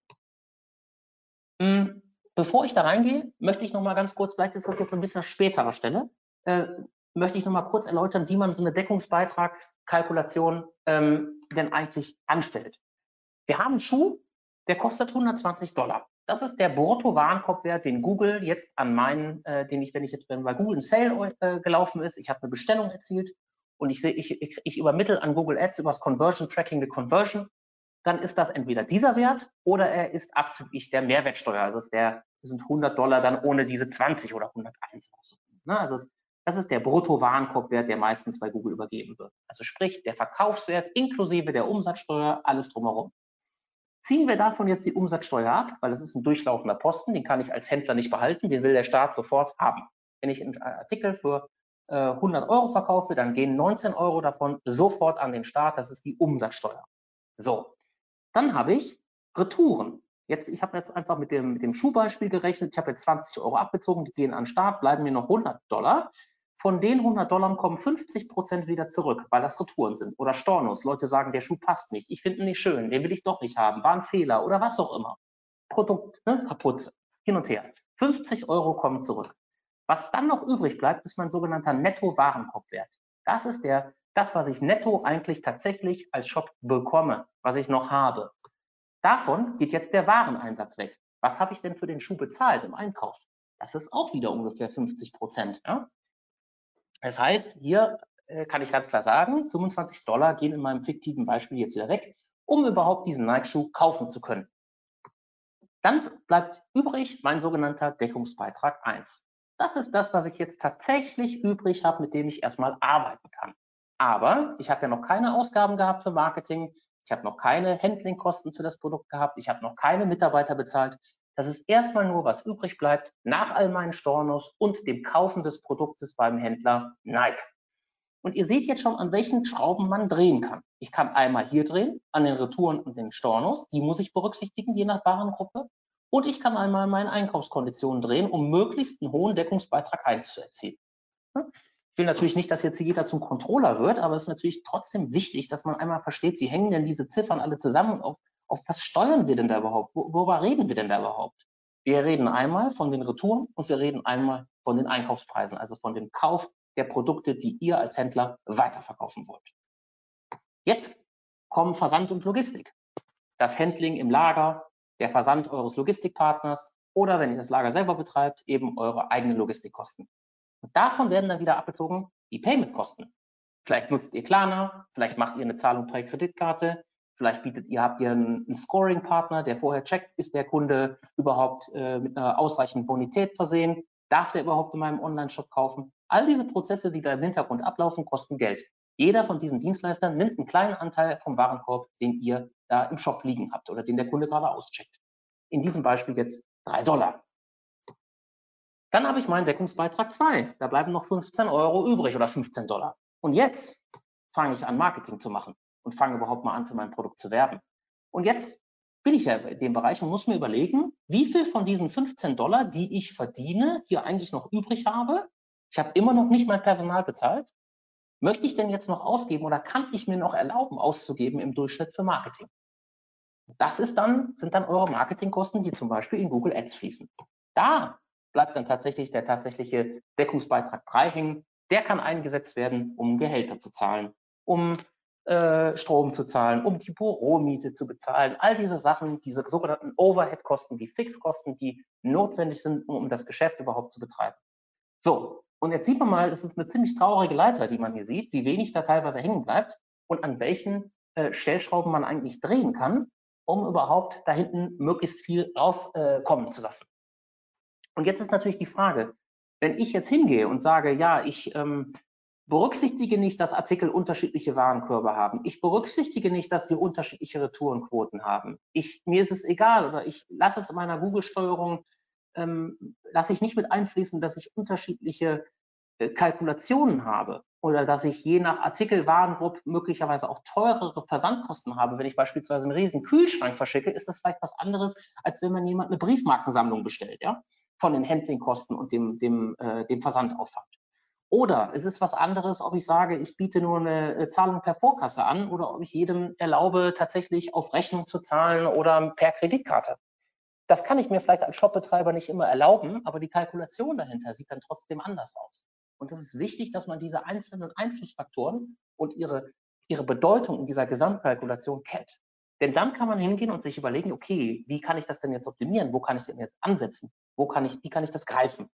Bevor ich da reingehe, möchte ich noch mal ganz kurz, vielleicht ist das jetzt ein bisschen späterer Stelle, äh, möchte ich noch mal kurz erläutern, wie man so eine Deckungsbeitragskalkulation ähm, denn eigentlich anstellt. Wir haben einen Schuh, der kostet hundertzwanzig Dollar. Das ist der Brutto-Warenkorbwert, den Google jetzt an meinen, äh, den ich, wenn ich jetzt, wenn bei Google ein Sale äh, gelaufen ist, ich habe eine Bestellung erzielt und ich sehe, ich, ich, ich übermittle an Google Ads über das Conversion Tracking eine Conversion, dann ist das entweder dieser Wert oder er ist abzüglich der Mehrwertsteuer. Also ist der, das sind hundert Dollar dann ohne diese zwanzig oder hunderteins. Ne? Also das ist der Brutto-Warenkorbwert, der meistens bei Google übergeben wird. Also sprich, der Verkaufswert inklusive der Umsatzsteuer, alles drumherum. Ziehen wir davon jetzt die Umsatzsteuer ab, weil das ist ein durchlaufender Posten, den kann ich als Händler nicht behalten, den will der Staat sofort haben. Wenn ich einen Artikel für äh, hundert Euro verkaufe, dann gehen neunzehn Euro davon sofort an den Staat, das ist die Umsatzsteuer. So, dann habe ich Retouren. Jetzt, ich habe jetzt einfach mit dem, mit dem Schuhbeispiel gerechnet, ich habe jetzt zwanzig Euro abgezogen, die gehen an den Staat, bleiben mir noch hundert Dollar. Von den hundert Dollar kommen fünfzig Prozent wieder zurück, weil das Retouren sind oder Stornos. Leute sagen, der Schuh passt nicht, ich finde ihn nicht schön, den will ich doch nicht haben, war ein Fehler oder was auch immer. Produkt ne, kaputt, hin und her. fünfzig Euro kommen zurück. Was dann noch übrig bleibt, ist mein sogenannter Netto-Warenkorbwert. Das ist der, das, was ich netto eigentlich tatsächlich als Shop bekomme, was ich noch habe. Davon geht jetzt der Wareneinsatz weg. Was habe ich denn für den Schuh bezahlt im Einkauf? Das ist auch wieder ungefähr fünfzig Prozent. Ja? Das heißt, hier äh, kann ich ganz klar sagen, fünfundzwanzig Dollar gehen in meinem fiktiven Beispiel jetzt wieder weg, um überhaupt diesen Nike-Schuh kaufen zu können. Dann bleibt übrig mein sogenannter Deckungsbeitrag eins. Das ist das, was ich jetzt tatsächlich übrig habe, mit dem ich erstmal arbeiten kann. Aber ich habe ja noch keine Ausgaben gehabt für Marketing, ich habe noch keine Handlingkosten für das Produkt gehabt, ich habe noch keine Mitarbeiter bezahlt. Das ist erstmal nur, was übrig bleibt nach all meinen Stornos und dem Kaufen des Produktes beim Händler Nike. Und ihr seht jetzt schon, an welchen Schrauben man drehen kann. Ich kann einmal hier drehen, an den Retouren und den Stornos. Die muss ich berücksichtigen, je nach Warengruppe. Und ich kann einmal an meinen Einkaufskonditionen drehen, um möglichst einen hohen Deckungsbeitrag eins zu erzielen. Ich will natürlich nicht, dass jetzt jeder zum Controller wird, aber es ist natürlich trotzdem wichtig, dass man einmal versteht, wie hängen denn diese Ziffern alle zusammen, auf, auf was steuern wir denn da überhaupt, worüber reden wir denn da überhaupt? Wir reden einmal von den Retouren und wir reden einmal von den Einkaufspreisen, also von dem Kauf der Produkte, die ihr als Händler weiterverkaufen wollt. Jetzt kommen Versand und Logistik. Das Handling im Lager, der Versand eures Logistikpartners oder wenn ihr das Lager selber betreibt, eben eure eigenen Logistikkosten. Und davon werden dann wieder abgezogen die Payment-Kosten. Vielleicht nutzt ihr Klarna, vielleicht macht ihr eine Zahlung per Kreditkarte, vielleicht bietet ihr, habt ihr einen, einen Scoring-Partner, der vorher checkt, ist der Kunde überhaupt äh, mit einer ausreichenden Bonität versehen, darf der überhaupt in meinem Online-Shop kaufen? All diese Prozesse, die da im Hintergrund ablaufen, kosten Geld. Jeder von diesen Dienstleistern nimmt einen kleinen Anteil vom Warenkorb, den ihr da im Shop liegen habt oder den der Kunde gerade auscheckt. In diesem Beispiel jetzt drei Dollar. Dann habe ich meinen Deckungsbeitrag zwei. Da bleiben noch fünfzehn Euro übrig oder fünfzehn Dollar. Und jetzt fange ich an, Marketing zu machen und fange überhaupt mal an, für mein Produkt zu werben. Und jetzt bin ich ja in dem Bereich und muss mir überlegen, wie viel von diesen fünfzehn Dollar, die ich verdiene, hier eigentlich noch übrig habe. Ich habe immer noch nicht mein Personal bezahlt. Möchte ich denn jetzt noch ausgeben oder kann ich mir noch erlauben, auszugeben im Durchschnitt für Marketing? Das ist dann, sind dann eure Marketingkosten, die zum Beispiel in Google Ads fließen. Da bleibt dann tatsächlich der tatsächliche Deckungsbeitrag drei hängen. Der kann eingesetzt werden, um Gehälter zu zahlen, um äh, Strom zu zahlen, um die Büromiete zu bezahlen. All diese Sachen, diese sogenannten Overhead-Kosten, die Fixkosten, die notwendig sind, um, um das Geschäft überhaupt zu betreiben. So, und jetzt sieht man mal, das ist eine ziemlich traurige Leiter, die man hier sieht, wie wenig da teilweise hängen bleibt und an welchen äh, Stellschrauben man eigentlich drehen kann, um überhaupt da hinten möglichst viel rauskommen äh, zu lassen. Und jetzt ist natürlich die Frage, wenn ich jetzt hingehe und sage, ja, ich ähm, berücksichtige nicht, dass Artikel unterschiedliche Warenkörbe haben. Ich berücksichtige nicht, dass sie unterschiedliche Retourenquoten haben. Ich, mir ist es egal oder ich lasse es in meiner Google-Steuerung, ähm, lasse ich nicht mit einfließen, dass ich unterschiedliche äh, Kalkulationen habe oder dass ich je nach Artikel, Warengruppe möglicherweise auch teurere Versandkosten habe. Wenn ich beispielsweise einen riesen Kühlschrank verschicke, ist das vielleicht was anderes, als wenn man jemand eine Briefmarkensammlung bestellt, ja, von den Handlingkosten und dem, dem, äh, dem Versandaufwand. Oder es ist was anderes, ob ich sage, ich biete nur eine Zahlung per Vorkasse an oder ob ich jedem erlaube, tatsächlich auf Rechnung zu zahlen oder per Kreditkarte. Das kann ich mir vielleicht als Shopbetreiber nicht immer erlauben, aber die Kalkulation dahinter sieht dann trotzdem anders aus. Und es ist wichtig, dass man diese einzelnen Einflussfaktoren und ihre, ihre Bedeutung in dieser Gesamtkalkulation kennt. Denn dann kann man hingehen und sich überlegen, okay, wie kann ich das denn jetzt optimieren? Wo kann ich denn jetzt ansetzen? Wo kann ich, wie kann ich das greifen?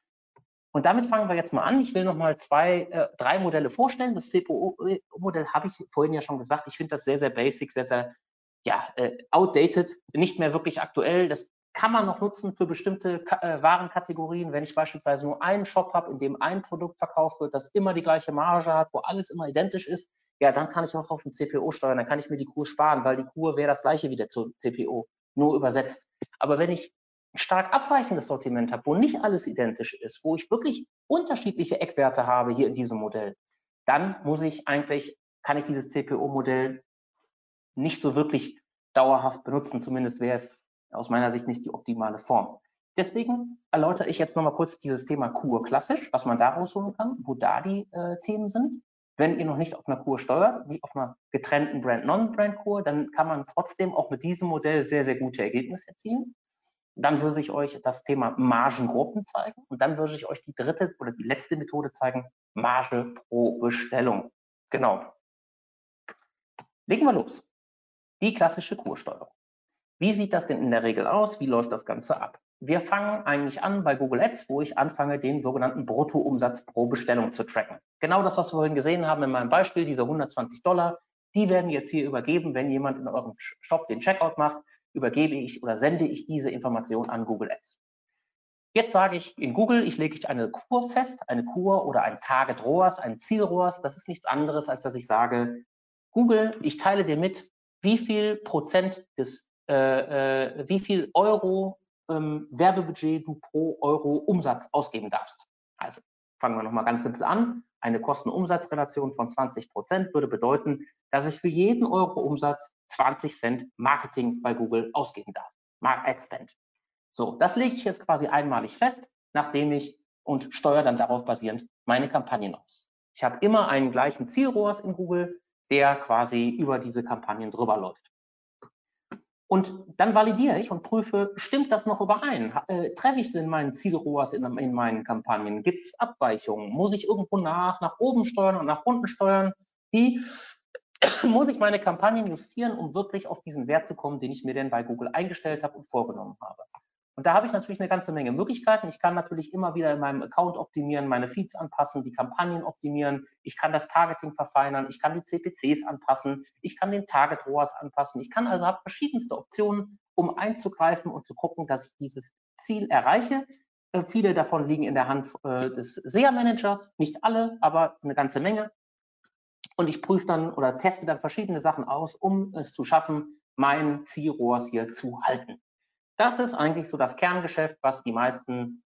Und damit fangen wir jetzt mal an. Ich will noch mal zwei, äh, drei Modelle vorstellen. Das C P O-Modell habe ich vorhin ja schon gesagt. Ich finde das sehr, sehr basic, sehr, sehr ja, äh, outdated, nicht mehr wirklich aktuell. Das kann man noch nutzen für bestimmte äh, Warenkategorien. Wenn ich beispielsweise nur einen Shop habe, in dem ein Produkt verkauft wird, das immer die gleiche Marge hat, wo alles immer identisch ist, ja, dann kann ich auch auf den C P O steuern. Dann kann ich mir die Kur sparen, weil die Kur wäre das gleiche wie der C P O, nur übersetzt. Aber wenn ich ein stark abweichendes Sortiment habe, wo nicht alles identisch ist, wo ich wirklich unterschiedliche Eckwerte habe hier in diesem Modell, dann muss ich eigentlich, kann ich dieses C P O-Modell nicht so wirklich dauerhaft benutzen. Zumindest wäre es aus meiner Sicht nicht die optimale Form. Deswegen erläutere ich jetzt nochmal kurz dieses Thema Kur klassisch, was man da rausholen kann, wo da die äh, Themen sind. Wenn ihr noch nicht auf einer Kur steuert, nicht auf einer getrennten Brand-Non-Brand-Kur, dann kann man trotzdem auch mit diesem Modell sehr, sehr gute Ergebnisse erzielen. Dann würde ich euch das Thema Margengruppen zeigen und dann würde ich euch die dritte oder die letzte Methode zeigen, Marge pro Bestellung. Genau. Legen wir los. Die klassische Kursteuerung. Wie sieht das denn in der Regel aus? Wie läuft das Ganze ab? Wir fangen eigentlich an bei Google Ads, wo ich anfange, den sogenannten Bruttoumsatz pro Bestellung zu tracken. Genau das, was wir vorhin gesehen haben in meinem Beispiel, diese hundertzwanzig Dollar, die werden jetzt hier übergeben, wenn jemand in eurem Shop den Checkout macht. übergebe ich oder sende ich diese Information an Google Ads. Jetzt sage ich in Google, ich lege eine Kur fest, eine Kur oder ein Target R O A S, ein Ziel R O A S. Das ist nichts anderes, als dass ich sage, Google, ich teile dir mit, wie viel Prozent des, äh, äh, wie viel Euro ähm, Werbebudget du pro Euro Umsatz ausgeben darfst. Also fangen wir nochmal ganz simpel an. Eine Kosten-Umsatz-Relation von zwanzig Prozent würde bedeuten, dass ich für jeden Euro Umsatz zwanzig Cent Marketing bei Google ausgeben darf. Mark Ad Spend. So, das lege ich jetzt quasi einmalig fest, nachdem ich und steuere dann darauf basierend meine Kampagnen aus. Ich habe immer einen gleichen Ziel R O A S in Google, der quasi über diese Kampagnen drüber läuft. Und dann validiere ich und prüfe, stimmt das noch überein? Äh, treffe ich denn meinen Ziel R O A S in, in meinen Kampagnen? Gibt es Abweichungen? Muss ich irgendwo nach, nach oben steuern und nach unten steuern? Wie muss ich meine Kampagnen justieren, um wirklich auf diesen Wert zu kommen, den ich mir denn bei Google eingestellt habe und vorgenommen habe? Und da habe ich natürlich eine ganze Menge Möglichkeiten. Ich kann natürlich immer wieder in meinem Account optimieren, meine Feeds anpassen, die Kampagnen optimieren. Ich kann das Targeting verfeinern. Ich kann die C P Cs anpassen. Ich kann den Target R O A S anpassen. Ich kann also habe verschiedenste Optionen, um einzugreifen und zu gucken, dass ich dieses Ziel erreiche. Äh, viele davon liegen in der Hand äh, des S E A-Managers. Nicht alle, aber eine ganze Menge. Und ich prüfe dann oder teste dann verschiedene Sachen aus, um es zu schaffen, mein Ziel R O A S hier zu halten. Das ist eigentlich so das Kerngeschäft, was die meisten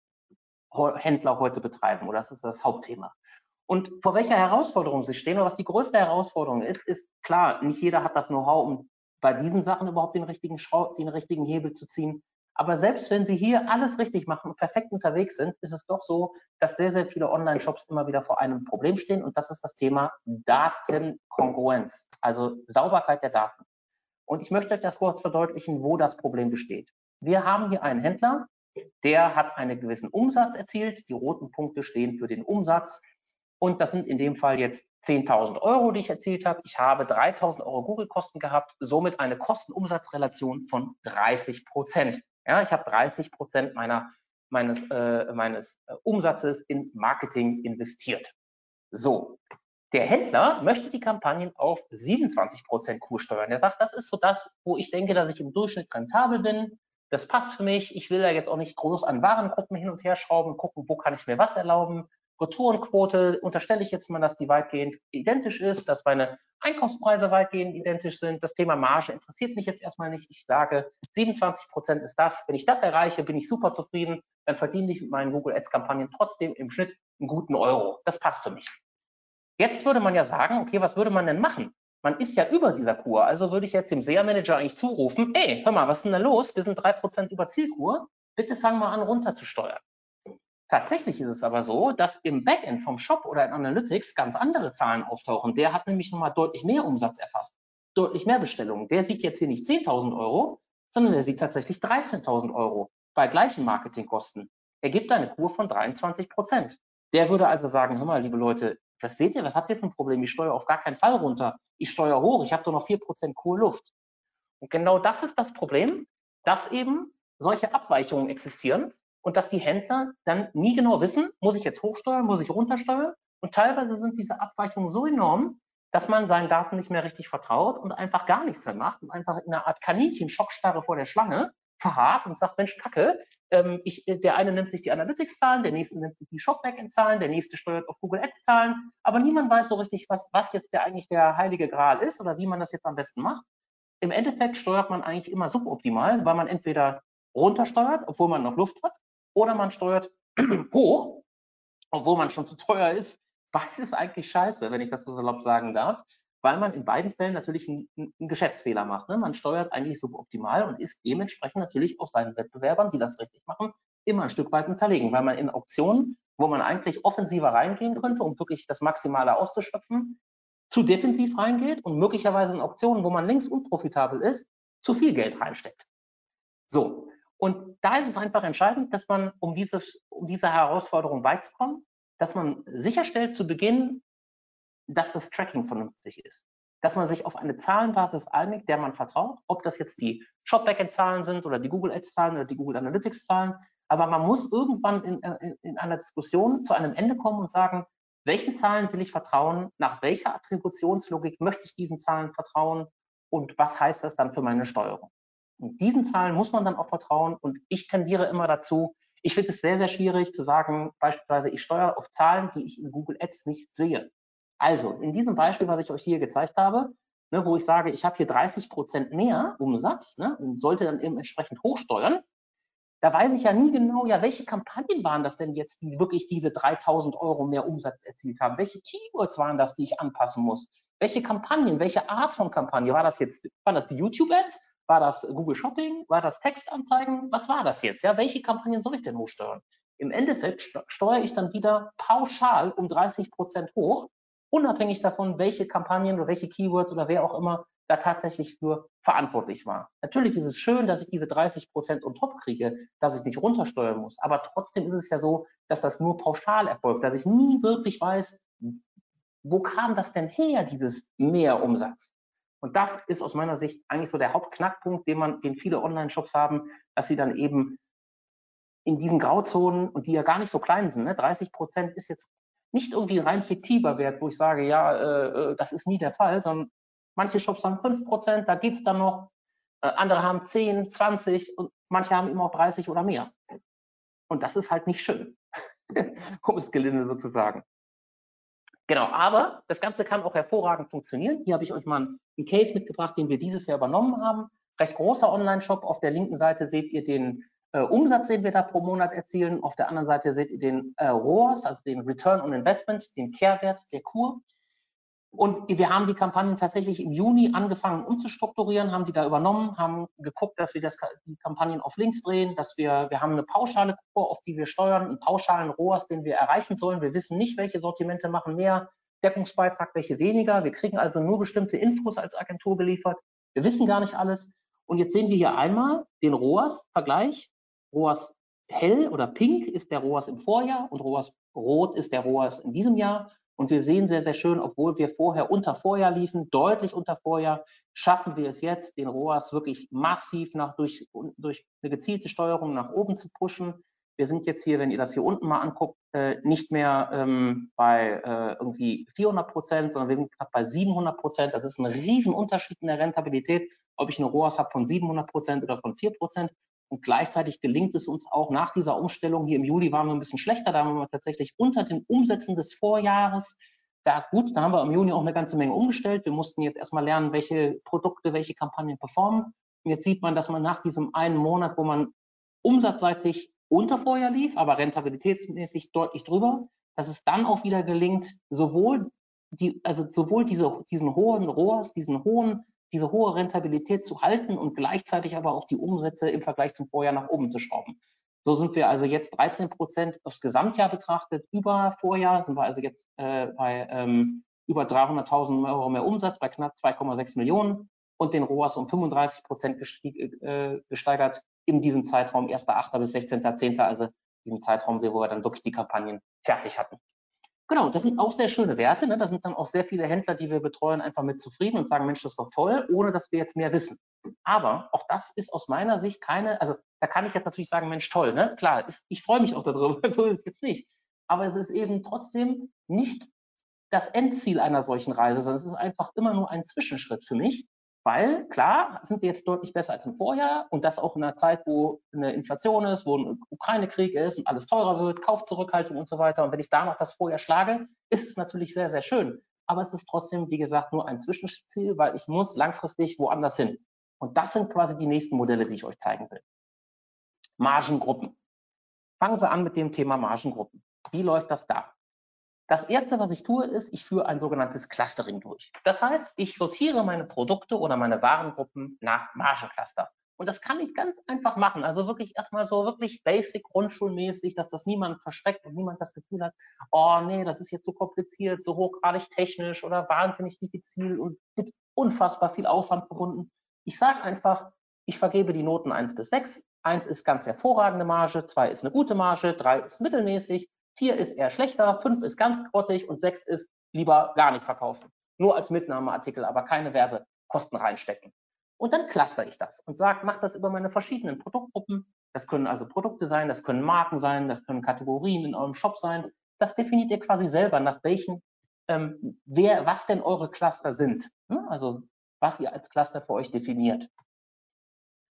Händler heute betreiben, oder das ist das Hauptthema. Und vor welcher Herausforderung sie stehen oder was die größte Herausforderung ist, ist klar, nicht jeder hat das Know-how, um bei diesen Sachen überhaupt den richtigen, Schrau den richtigen Hebel zu ziehen. Aber selbst wenn sie hier alles richtig machen und perfekt unterwegs sind, ist es doch so, dass sehr, sehr viele Online-Shops immer wieder vor einem Problem stehen und das ist das Thema Datenkongruenz, also Sauberkeit der Daten. Und ich möchte euch das kurz verdeutlichen, wo das Problem besteht. Wir haben hier einen Händler, der hat einen gewissen Umsatz erzielt. Die roten Punkte stehen für den Umsatz. Und das sind in dem Fall jetzt zehntausend Euro, die ich erzielt habe. Ich habe dreitausend Euro Google-Kosten gehabt, somit eine Kosten-Umsatz-Relation von dreißig Prozent. Ja, ich habe dreißig Prozent meiner, meines, äh, meines Umsatzes in Marketing investiert. So. Der Händler möchte die Kampagnen auf siebenundzwanzig Prozent Kur steuern. Er sagt, das ist so das, wo ich denke, dass ich im Durchschnitt rentabel bin. Das passt für mich. Ich will da jetzt auch nicht groß an Warengruppen hin und her schrauben, gucken, wo kann ich mir was erlauben. Retourenquote unterstelle ich jetzt mal, dass die weitgehend identisch ist, dass meine Einkaufspreise weitgehend identisch sind. Das Thema Marge interessiert mich jetzt erstmal nicht. Ich sage, siebenundzwanzig Prozent ist das. Wenn ich das erreiche, bin ich super zufrieden. Dann verdiene ich mit meinen Google Ads Kampagnen trotzdem im Schnitt einen guten Euro. Das passt für mich. Jetzt würde man ja sagen, okay, was würde man denn machen? Man ist ja über dieser Kur, also würde ich jetzt dem S E A-Manager eigentlich zurufen, ey, hör mal, was ist denn da los? Wir sind drei Prozent über Zielkur, bitte fang mal an runterzusteuern. Tatsächlich ist es aber so, dass im Backend vom Shop oder in Analytics ganz andere Zahlen auftauchen. Der hat nämlich nochmal deutlich mehr Umsatz erfasst, deutlich mehr Bestellungen. Der sieht jetzt hier nicht zehntausend Euro, sondern der sieht tatsächlich dreizehntausend Euro bei gleichen Marketingkosten. Er gibt eine Kur von dreiundzwanzig Prozent. Der würde also sagen, hör mal, liebe Leute, was seht ihr, was habt ihr für ein Problem? Ich steuere auf gar keinen Fall runter. Ich steuere hoch, ich habe doch noch vier Prozent Kurluft. Und genau das ist das Problem, dass eben solche Abweichungen existieren und dass die Händler dann nie genau wissen, muss ich jetzt hochsteuern, muss ich runtersteuern? Und teilweise sind diese Abweichungen so enorm, dass man seinen Daten nicht mehr richtig vertraut und einfach gar nichts mehr macht und einfach in einer Art Kaninchen-Schockstarre vor der Schlange verharrt und sagt, Mensch, Kacke, ähm, ich, der eine nimmt sich die Analytics-Zahlen, der nächste nimmt sich die Shop-Backend-Zahlen, der nächste steuert auf Google Ads-Zahlen, aber niemand weiß so richtig, was, was jetzt der eigentlich der heilige Gral ist oder wie man das jetzt am besten macht. Im Endeffekt steuert man eigentlich immer suboptimal, weil man entweder runtersteuert, obwohl man noch Luft hat, oder man steuert hoch, obwohl man schon zu teuer ist. Beides eigentlich scheiße, wenn ich das so salopp sagen darf, weil man in beiden Fällen natürlich einen, einen Geschäftsfehler macht. Ne? Man steuert eigentlich suboptimal und ist dementsprechend natürlich auch seinen Wettbewerbern, die das richtig machen, immer ein Stück weit unterlegen, weil man in Auktionen, wo man eigentlich offensiver reingehen könnte, um wirklich das Maximale auszuschöpfen, zu defensiv reingeht und möglicherweise in Auktionen, wo man längst unprofitabel ist, zu viel Geld reinsteckt. So, und da ist es einfach entscheidend, dass man, um, dieses, um dieser Herausforderung beizukommen, dass man sicherstellt zu Beginn, dass das Tracking vernünftig ist. Dass man sich auf eine Zahlenbasis einigt, der man vertraut, ob das jetzt die Shop-Backend-Zahlen sind oder die Google Ads-Zahlen oder die Google Analytics-Zahlen. Aber man muss irgendwann in, in, in einer Diskussion zu einem Ende kommen und sagen, welchen Zahlen will ich vertrauen, nach welcher Attributionslogik möchte ich diesen Zahlen vertrauen und was heißt das dann für meine Steuerung. Und diesen Zahlen muss man dann auch vertrauen und ich tendiere immer dazu, ich finde es sehr, sehr schwierig zu sagen, beispielsweise ich steuere auf Zahlen, die ich in Google Ads nicht sehe. Also in diesem Beispiel, was ich euch hier gezeigt habe, ne, wo ich sage, ich habe hier dreißig Prozent mehr Umsatz, ne, und sollte dann eben entsprechend hochsteuern, da weiß ich ja nie genau, ja, welche Kampagnen waren das denn jetzt, die wirklich diese dreitausend Euro mehr Umsatz erzielt haben? Welche Keywords waren das, die ich anpassen muss? Welche Kampagnen, welche Art von Kampagne? War das jetzt, waren das die YouTube-Ads? War das Google Shopping? War das Textanzeigen? Was war das jetzt? Ja, welche Kampagnen soll ich denn hochsteuern? Im Endeffekt steuere ich dann wieder pauschal um dreißig Prozent hoch, unabhängig davon, welche Kampagnen oder welche Keywords oder wer auch immer da tatsächlich für verantwortlich war. Natürlich ist es schön, dass ich diese dreißig Prozent on top kriege, dass ich nicht runtersteuern muss, aber trotzdem ist es ja so, dass das nur pauschal erfolgt, dass ich nie wirklich weiß, wo kam das denn her, dieses Mehrumsatz? Und das ist aus meiner Sicht eigentlich so der Hauptknackpunkt, den man, den viele Online-Shops haben, dass sie dann eben in diesen Grauzonen, und die ja gar nicht so klein sind, ne? dreißig Prozent ist jetzt nicht irgendwie ein rein fiktiver Wert, wo ich sage, ja, äh, das ist nie der Fall, sondern manche Shops haben fünf Prozent, da geht es dann noch, äh, andere haben zehn, zwanzig und manche haben immer auch dreißig oder mehr. Und das ist halt nicht schön, um es gelinde so zu sagen. Genau, aber das Ganze kann auch hervorragend funktionieren. Hier habe ich euch mal einen Case mitgebracht, den wir dieses Jahr übernommen haben. Recht großer Online-Shop. Auf der linken Seite seht ihr den äh, Umsatz, den wir da pro Monat erzielen. Auf der anderen Seite seht ihr den äh, R O A S, also den Return on Investment, den Kehrwert der Kur. Und wir haben die Kampagnen tatsächlich im Juni angefangen umzustrukturieren, haben die da übernommen, haben geguckt, dass wir das, die Kampagnen auf links drehen, dass wir, wir haben eine pauschale Kur, auf die wir steuern, einen pauschalen R O A S, den wir erreichen sollen. Wir wissen nicht, welche Sortimente machen mehr Deckungsbeitrag, welche weniger. Wir kriegen also nur bestimmte Infos als Agentur geliefert. Wir wissen gar nicht alles. Und jetzt sehen wir hier einmal den R O A S-Vergleich. R O A S hell oder pink ist der R O A S im Vorjahr und R O A S rot ist der R O A S in diesem Jahr. Und wir sehen sehr, sehr schön, obwohl wir vorher unter Vorjahr liefen, deutlich unter Vorjahr, schaffen wir es jetzt, den R O A S wirklich massiv nach, durch, durch eine gezielte Steuerung nach oben zu pushen. Wir sind jetzt hier, wenn ihr das hier unten mal anguckt, äh, nicht mehr ähm, bei äh, irgendwie vierhundert Prozent, sondern wir sind knapp bei siebenhundert Prozent. Das ist ein Riesenunterschied in der Rentabilität, ob ich einen R O A S habe von siebenhundert Prozent oder von vier Prozent. Und gleichzeitig gelingt es uns auch nach dieser Umstellung, hier im Juli waren wir ein bisschen schlechter, da haben wir tatsächlich unter den Umsätzen des Vorjahres, da gut, da haben wir im Juni auch eine ganze Menge umgestellt. Wir mussten jetzt erstmal lernen, welche Produkte, welche Kampagnen performen. Und jetzt sieht man, dass man nach diesem einen Monat, wo man umsatzseitig unter Vorjahr lief, aber rentabilitätsmäßig deutlich drüber, dass es dann auch wieder gelingt, sowohl die, also sowohl diese, diesen hohen R O A S, diesen hohen diese hohe Rentabilität zu halten und gleichzeitig aber auch die Umsätze im Vergleich zum Vorjahr nach oben zu schrauben. So sind wir also jetzt dreizehn Prozent aufs Gesamtjahr betrachtet über Vorjahr, sind wir also jetzt äh, bei ähm, über dreihunderttausend Euro mehr Umsatz, bei knapp zwei Komma sechs Millionen und den R O A S um fünfunddreißig Prozent äh, gesteigert in diesem Zeitraum erster achter bis sechzehnter zehnter, also in dem Zeitraum, wo wir dann wirklich die Kampagnen fertig hatten. Genau, das sind auch sehr schöne Werte. Ne? Da sind dann auch sehr viele Händler, die wir betreuen, einfach mit zufrieden und sagen, Mensch, das ist doch toll, ohne dass wir jetzt mehr wissen. Aber auch das ist aus meiner Sicht keine, also da kann ich jetzt natürlich sagen, Mensch, toll, ne? Klar, ist, ich freue mich auch darüber, so ist es jetzt nicht. Aber es ist eben trotzdem nicht das Endziel einer solchen Reise, sondern es ist einfach immer nur ein Zwischenschritt für mich. Weil, klar, sind wir jetzt deutlich besser als im Vorjahr und das auch in einer Zeit, wo eine Inflation ist, wo ein Ukraine-Krieg ist und alles teurer wird, Kaufzurückhaltung und so weiter. Und wenn ich da noch das Vorjahr schlage, ist es natürlich sehr, sehr schön. Aber es ist trotzdem, wie gesagt, nur ein Zwischenziel, weil ich muss langfristig woanders hin. Und das sind quasi die nächsten Modelle, die ich euch zeigen will. Margengruppen. Fangen wir an mit dem Thema Margengruppen. Wie läuft das da? Das erste, was ich tue, ist, ich führe ein sogenanntes Clustering durch. Das heißt, ich sortiere meine Produkte oder meine Warengruppen nach Margencluster. Und das kann ich ganz einfach machen. Also wirklich erstmal so wirklich basic, grundschulmäßig, dass das niemand verschreckt und niemand das Gefühl hat, oh nee, das ist jetzt so kompliziert, so hochgradig technisch oder wahnsinnig diffizil und mit unfassbar viel Aufwand verbunden. Ich sage einfach, ich vergebe die Noten eins bis sechs. eins ist ganz hervorragende Marge, zwei ist eine gute Marge, drei ist mittelmäßig, vier ist eher schlechter, fünf ist ganz grottig und sechs ist lieber gar nicht verkaufen. Nur als Mitnahmeartikel, aber keine Werbekosten reinstecken. Und dann cluster ich das und sage, mach das über meine verschiedenen Produktgruppen. Das können also Produkte sein, das können Marken sein, das können Kategorien in eurem Shop sein. Das definiert ihr quasi selber, nach welchen, ähm, wer, was denn eure Cluster sind. Also was ihr als Cluster für euch definiert.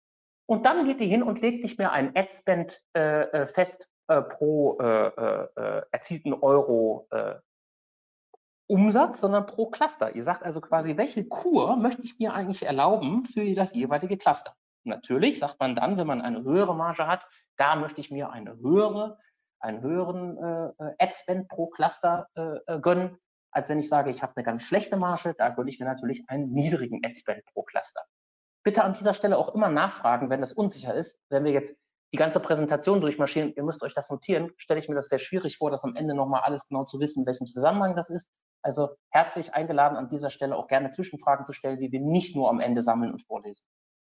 Und dann geht die hin und legt nicht mehr ein Ad-Spend äh, fest äh, pro äh, äh, erzielten Euro äh, Umsatz, sondern pro Cluster. Ihr sagt also quasi, welche Kur möchte ich mir eigentlich erlauben für das jeweilige Cluster? Natürlich sagt man dann, wenn man eine höhere Marge hat, da möchte ich mir eine höhere, einen höheren äh, Ad-Spend pro Cluster äh, gönnen, als wenn ich sage, ich habe eine ganz schlechte Marge, da gönne ich mir natürlich einen niedrigen Ad-Spend pro Cluster. Bitte an dieser Stelle auch immer nachfragen, wenn das unsicher ist. Wenn wir jetzt die ganze Präsentation durchmarschieren, ihr müsst euch das notieren, stelle ich mir das sehr schwierig vor, das am Ende nochmal alles genau zu wissen, in welchem Zusammenhang das ist. Also herzlich eingeladen, an dieser Stelle auch gerne Zwischenfragen zu stellen, die wir nicht nur am Ende sammeln und vorlesen.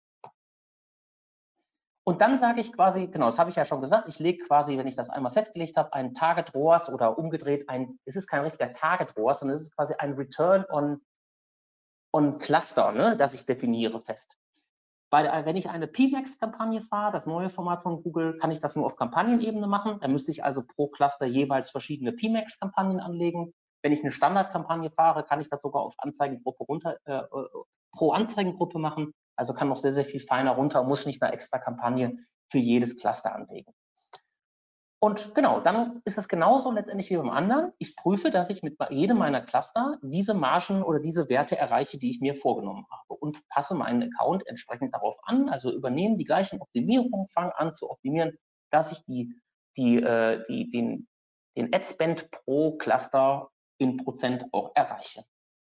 Und dann sage ich quasi, genau, das habe ich ja schon gesagt, ich lege quasi, wenn ich das einmal festgelegt habe, einen Target R O A S oder umgedreht, ein, es ist kein richtiger Target R O A S, sondern es ist quasi ein Return on, on Cluster, ne, das ich definiere fest. Bei, wenn ich eine P MAX-Kampagne fahre, das neue Format von Google, kann ich das nur auf Kampagnenebene machen. Da müsste ich also pro Cluster jeweils verschiedene P MAX-Kampagnen anlegen. Wenn ich eine Standardkampagne fahre, kann ich das sogar auf Anzeigengruppe runter, äh, pro Anzeigengruppe machen. Also kann noch sehr, sehr viel feiner runter, muss nicht eine extra Kampagne für jedes Cluster anlegen. Und genau, dann ist es genauso letztendlich wie beim anderen. Ich prüfe, dass ich mit jedem meiner Cluster diese Margen oder diese Werte erreiche, die ich mir vorgenommen habe und passe meinen Account entsprechend darauf an, also übernehme die gleichen Optimierungen, fange an zu optimieren, dass ich die, die, äh, die, den, den Ad-Spend pro Cluster in Prozent auch erreiche.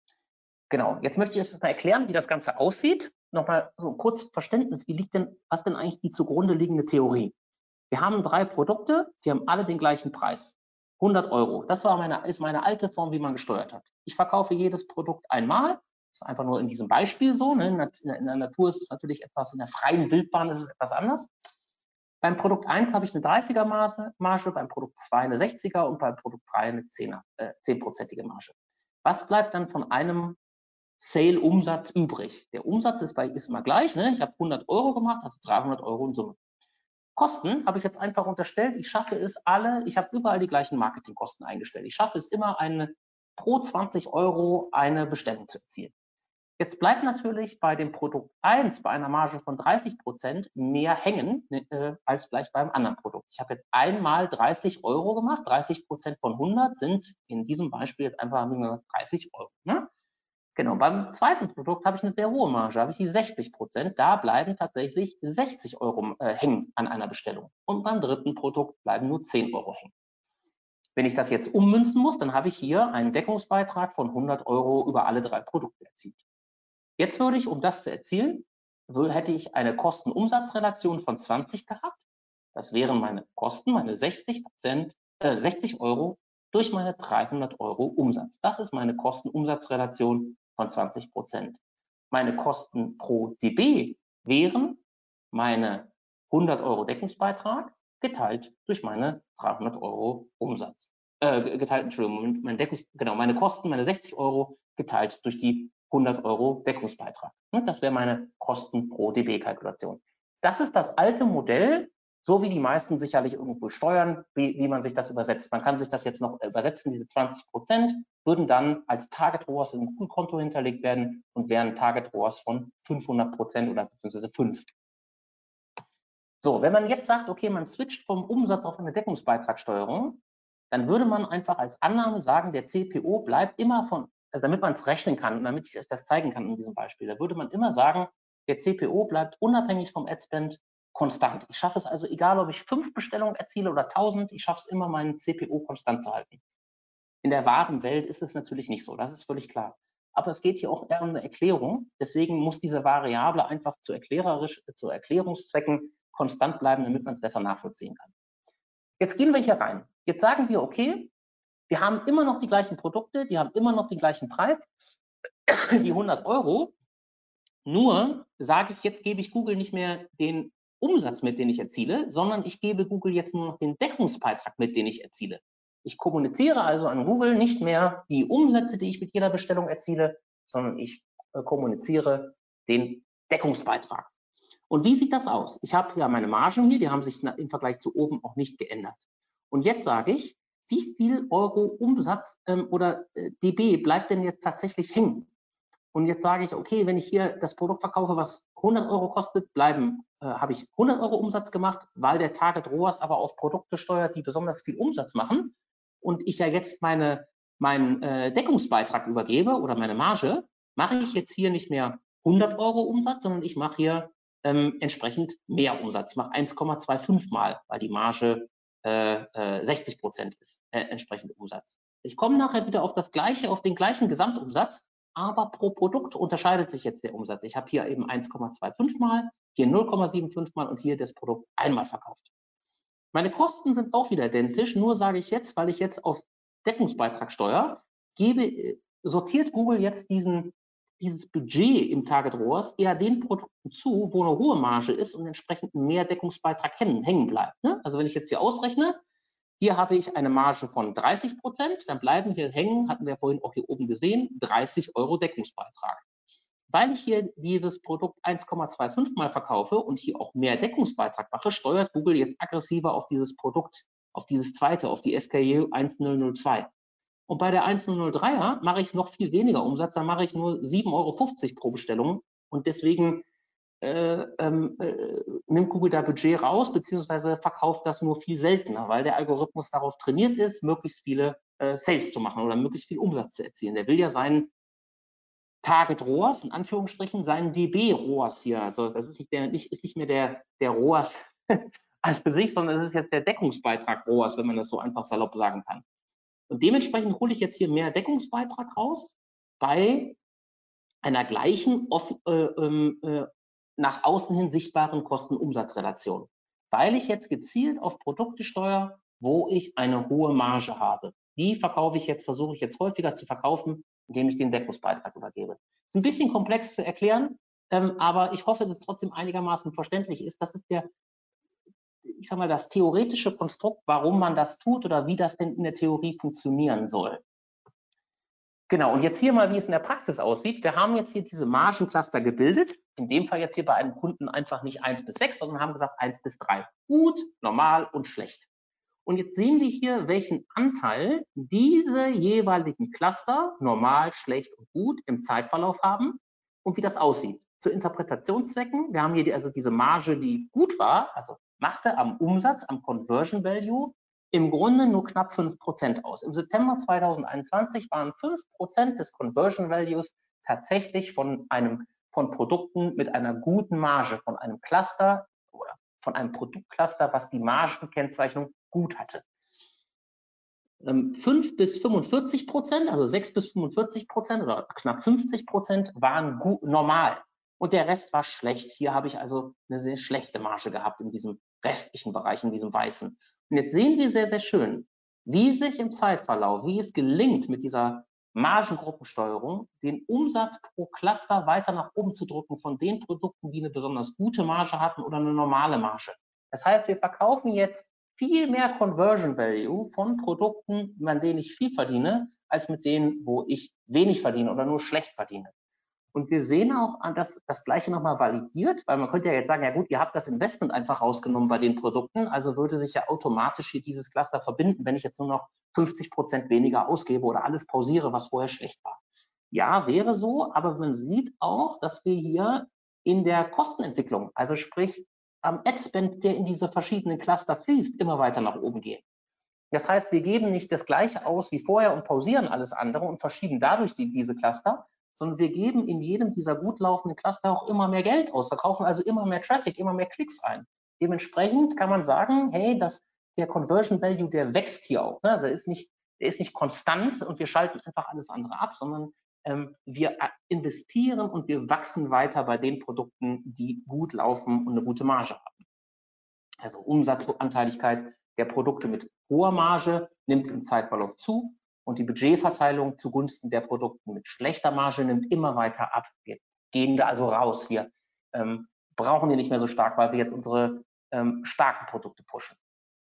Genau, jetzt möchte ich euch das mal erklären, wie das Ganze aussieht. Nochmal so kurz Verständnis, wie liegt denn, was denn eigentlich die zugrunde liegende Theorie? Wir haben drei Produkte, die haben alle den gleichen Preis. hundert Euro. Das war meine, ist meine alte Form, wie man gesteuert hat. Ich verkaufe jedes Produkt einmal. Das ist einfach nur in diesem Beispiel so. Ne? In der Natur ist es natürlich etwas, in der freien Wildbahn ist es etwas anders. Beim Produkt eins habe ich eine dreißiger Marge, beim Produkt zwei eine sechziger und beim Produkt drei eine zehnprozentige Marge. Was bleibt dann von einem Sale-Umsatz übrig? Der Umsatz ist, bei, ist immer gleich. Ne? Ich habe hundert Euro gemacht, also dreihundert Euro in Summe. Kosten habe ich jetzt einfach unterstellt, ich schaffe es alle, ich habe überall die gleichen Marketingkosten eingestellt. Ich schaffe es immer, eine, pro zwanzig Euro eine Bestellung zu erzielen. Jetzt bleibt natürlich bei dem Produkt eins bei einer Marge von dreißig Prozent mehr hängen äh, als vielleicht beim anderen Produkt. Ich habe jetzt einmal dreißig Euro gemacht, dreißig Prozent von hundert sind in diesem Beispiel jetzt einfach nur dreißig Euro. Ne? Genau, beim zweiten Produkt habe ich eine sehr hohe Marge, habe ich die sechzig Prozent. Da bleiben tatsächlich sechzig Euro äh, hängen an einer Bestellung. Und beim dritten Produkt bleiben nur zehn Euro hängen. Wenn ich das jetzt ummünzen muss, dann habe ich hier einen Deckungsbeitrag von hundert Euro über alle drei Produkte erzielt. Jetzt würde ich, um das zu erzielen, hätte ich eine Kosten-Umsatz-Relation von zwanzig gehabt. Das wären meine Kosten, meine sechzig Prozent, äh, sechzig Euro durch meine dreihundert Euro Umsatz. Das ist meine Kosten-Umsatz-Relation von zwanzig Prozent. Meine Kosten pro D B wären meine hundert Euro Deckungsbeitrag geteilt durch meine dreihundert Euro Umsatz. Äh, geteilt, Entschuldigung, mein Deckungs, genau, meine Kosten, meine sechzig Euro geteilt durch die hundert Euro Deckungsbeitrag. Das wäre meine Kosten pro D B-Kalkulation. Das ist das alte Modell, so wie die meisten sicherlich irgendwo steuern, wie, wie man sich das übersetzt. Man kann sich das jetzt noch übersetzen, diese zwanzig Prozent würden dann als Target R O A S im Google-Konto hinterlegt werden und wären Target R O A S von fünfhundert Prozent oder beziehungsweise fünf. So, wenn man jetzt sagt, okay, man switcht vom Umsatz auf eine Deckungsbeitragssteuerung, dann würde man einfach als Annahme sagen, der C P O bleibt immer von, also damit man es rechnen kann und damit ich euch das zeigen kann in diesem Beispiel, da würde man immer sagen, der C P O bleibt unabhängig vom Ad-Spend konstant. Ich schaffe es also, egal ob ich fünf Bestellungen erziele oder tausend, ich schaffe es immer, meinen C P O konstant zu halten. In der wahren Welt ist es natürlich nicht so, das ist völlig klar. Aber es geht hier auch eher um eine Erklärung. Deswegen muss diese Variable einfach zu, erklärerisch, zu Erklärungszwecken konstant bleiben, damit man es besser nachvollziehen kann. Jetzt gehen wir hier rein. Jetzt sagen wir, okay, wir haben immer noch die gleichen Produkte, die haben immer noch den gleichen Preis, die hundert Euro. Nur sage ich, jetzt gebe ich Google nicht mehr den Umsatz mit, den ich erziele, sondern ich gebe Google jetzt nur noch den Deckungsbeitrag mit, den ich erziele. Ich kommuniziere also an Google nicht mehr die Umsätze, die ich mit jeder Bestellung erziele, sondern ich äh, kommuniziere den Deckungsbeitrag. Und wie sieht das aus? Ich habe ja meine Margen hier, die haben sich im Vergleich zu oben auch nicht geändert. Und jetzt sage ich, wie viel Euro Umsatz ähm, oder äh, D B bleibt denn jetzt tatsächlich hängen? Und jetzt sage ich, okay, wenn ich hier das Produkt verkaufe, was hundert Euro kostet, bleiben äh, habe ich hundert Euro Umsatz gemacht, weil der Target R O A S aber auf Produkte steuert, die besonders viel Umsatz machen und ich ja jetzt meine, meinen äh, Deckungsbeitrag übergebe oder meine Marge, mache ich jetzt hier nicht mehr hundert Euro Umsatz, sondern ich mache hier ähm, entsprechend mehr Umsatz. Ich mache eins Komma fünfundzwanzig Mal, weil die Marge äh, äh, sechzig Prozent ist, äh, entsprechend Umsatz. Ich komme nachher wieder auf das gleiche, auf den gleichen Gesamtumsatz, aber pro Produkt unterscheidet sich jetzt der Umsatz. Ich habe hier eben eins Komma fünfundzwanzig Mal, hier null Komma fünfundsiebzig Mal und hier das Produkt einmal verkauft. Meine Kosten sind auch wieder identisch, nur sage ich jetzt, weil ich jetzt auf Deckungsbeitrag steuere, gebe, sortiert Google jetzt diesen, dieses Budget im Target R O A S eher den Produkten zu, wo eine hohe Marge ist und entsprechend mehr Deckungsbeitrag hängen, hängen bleibt. Ne? Also wenn ich jetzt hier ausrechne, hier habe ich eine Marge von dreißig Prozent, dann bleiben hier hängen, hatten wir vorhin auch hier oben gesehen, dreißig Euro Deckungsbeitrag. Weil ich hier dieses Produkt eins Komma fünfundzwanzig Mal verkaufe und hier auch mehr Deckungsbeitrag mache, steuert Google jetzt aggressiver auf dieses Produkt, auf dieses zweite, auf die S K U eins null null zwei. Und bei der eins null null dreier mache ich noch viel weniger Umsatz, da mache ich nur sieben Euro fünfzig pro Bestellung und deswegen äh, äh, nimmt Google da Budget raus, beziehungsweise verkauft das nur viel seltener, weil der Algorithmus darauf trainiert ist, möglichst viele äh, Sales zu machen oder möglichst viel Umsatz zu erzielen. Der will ja seinen Target R O A S, in Anführungsstrichen, seinen D B R O A S hier. Also das ist nicht, der, nicht, ist nicht mehr der, der R O A S als für sich, sondern es ist jetzt der Deckungsbeitrag R O A S, wenn man das so einfach salopp sagen kann. Und dementsprechend hole ich jetzt hier mehr Deckungsbeitrag raus bei einer gleichen off, äh, äh, nach außen hin sichtbaren Kosten-Umsatz-Relation. Weil ich jetzt gezielt auf Produkte steuere, wo ich eine hohe Marge habe. Die verkaufe ich jetzt, versuche ich jetzt häufiger zu verkaufen, indem ich den Deckungsbeitrag übergebe. Ist ein bisschen komplex zu erklären, ähm, aber ich hoffe, dass es trotzdem einigermaßen verständlich ist. Das ist der, ich sag mal, das theoretische Konstrukt, warum man das tut oder wie das denn in der Theorie funktionieren soll. Genau, und jetzt hier mal, wie es in der Praxis aussieht. Wir haben jetzt hier diese Margencluster gebildet. In dem Fall jetzt hier bei einem Kunden einfach nicht eins bis sechs, sondern haben gesagt eins bis drei. Gut, normal und schlecht. Und jetzt sehen wir hier, welchen Anteil diese jeweiligen Cluster, normal, schlecht und gut, im Zeitverlauf haben und wie das aussieht. Zu Interpretationszwecken, wir haben hier die, also diese Marge, die gut war, also machte am Umsatz, am Conversion Value, im Grunde nur knapp fünf Prozent aus. Im September zweitausendeinundzwanzig waren fünf Prozent des Conversion Values tatsächlich von einem von Produkten mit einer guten Marge, von einem Cluster oder von einem Produktcluster, was die Margenkennzeichnung gut hatte. fünf bis fünfundvierzig Prozent, also sechs bis fünfundvierzig Prozent oder knapp fünfzig Prozent waren gut, normal und der Rest war schlecht. Hier habe ich also eine sehr schlechte Marge gehabt in diesem restlichen Bereich, in diesem weißen. Und jetzt sehen wir sehr, sehr schön, wie sich im Zeitverlauf, wie es gelingt, mit dieser Margengruppensteuerung den Umsatz pro Cluster weiter nach oben zu drücken von den Produkten, die eine besonders gute Marge hatten oder eine normale Marge. Das heißt, wir verkaufen jetzt viel mehr Conversion Value von Produkten, an denen ich viel verdiene, als mit denen, wo ich wenig verdiene oder nur schlecht verdiene. Und wir sehen auch, dass das Gleiche nochmal validiert, weil man könnte ja jetzt sagen, ja gut, ihr habt das Investment einfach rausgenommen bei den Produkten, also würde sich ja automatisch hier dieses Cluster verbinden, wenn ich jetzt nur noch fünfzig Prozent weniger ausgebe oder alles pausiere, was vorher schlecht war. Ja, wäre so, aber man sieht auch, dass wir hier in der Kostenentwicklung, also sprich am Ad-Spend, der in diese verschiedenen Cluster fließt, immer weiter nach oben gehen. Das heißt, wir geben nicht das Gleiche aus wie vorher und pausieren alles andere und verschieben dadurch die, diese Cluster, sondern wir geben in jedem dieser gut laufenden Cluster auch immer mehr Geld aus. Da kaufen also immer mehr Traffic, immer mehr Klicks ein. Dementsprechend kann man sagen, hey, das, der Conversion Value, der wächst hier auch. Ne? Also der ist nicht, der ist nicht konstant und wir schalten einfach alles andere ab, sondern ähm, wir investieren und wir wachsen weiter bei den Produkten, die gut laufen und eine gute Marge haben. Also Umsatzanteiligkeit der Produkte mit hoher Marge nimmt im Zeitverlauf zu. Und die Budgetverteilung zugunsten der Produkte mit schlechter Marge nimmt immer weiter ab. Wir gehen da also raus. Wir ähm, brauchen die nicht mehr so stark, weil wir jetzt unsere ähm, starken Produkte pushen.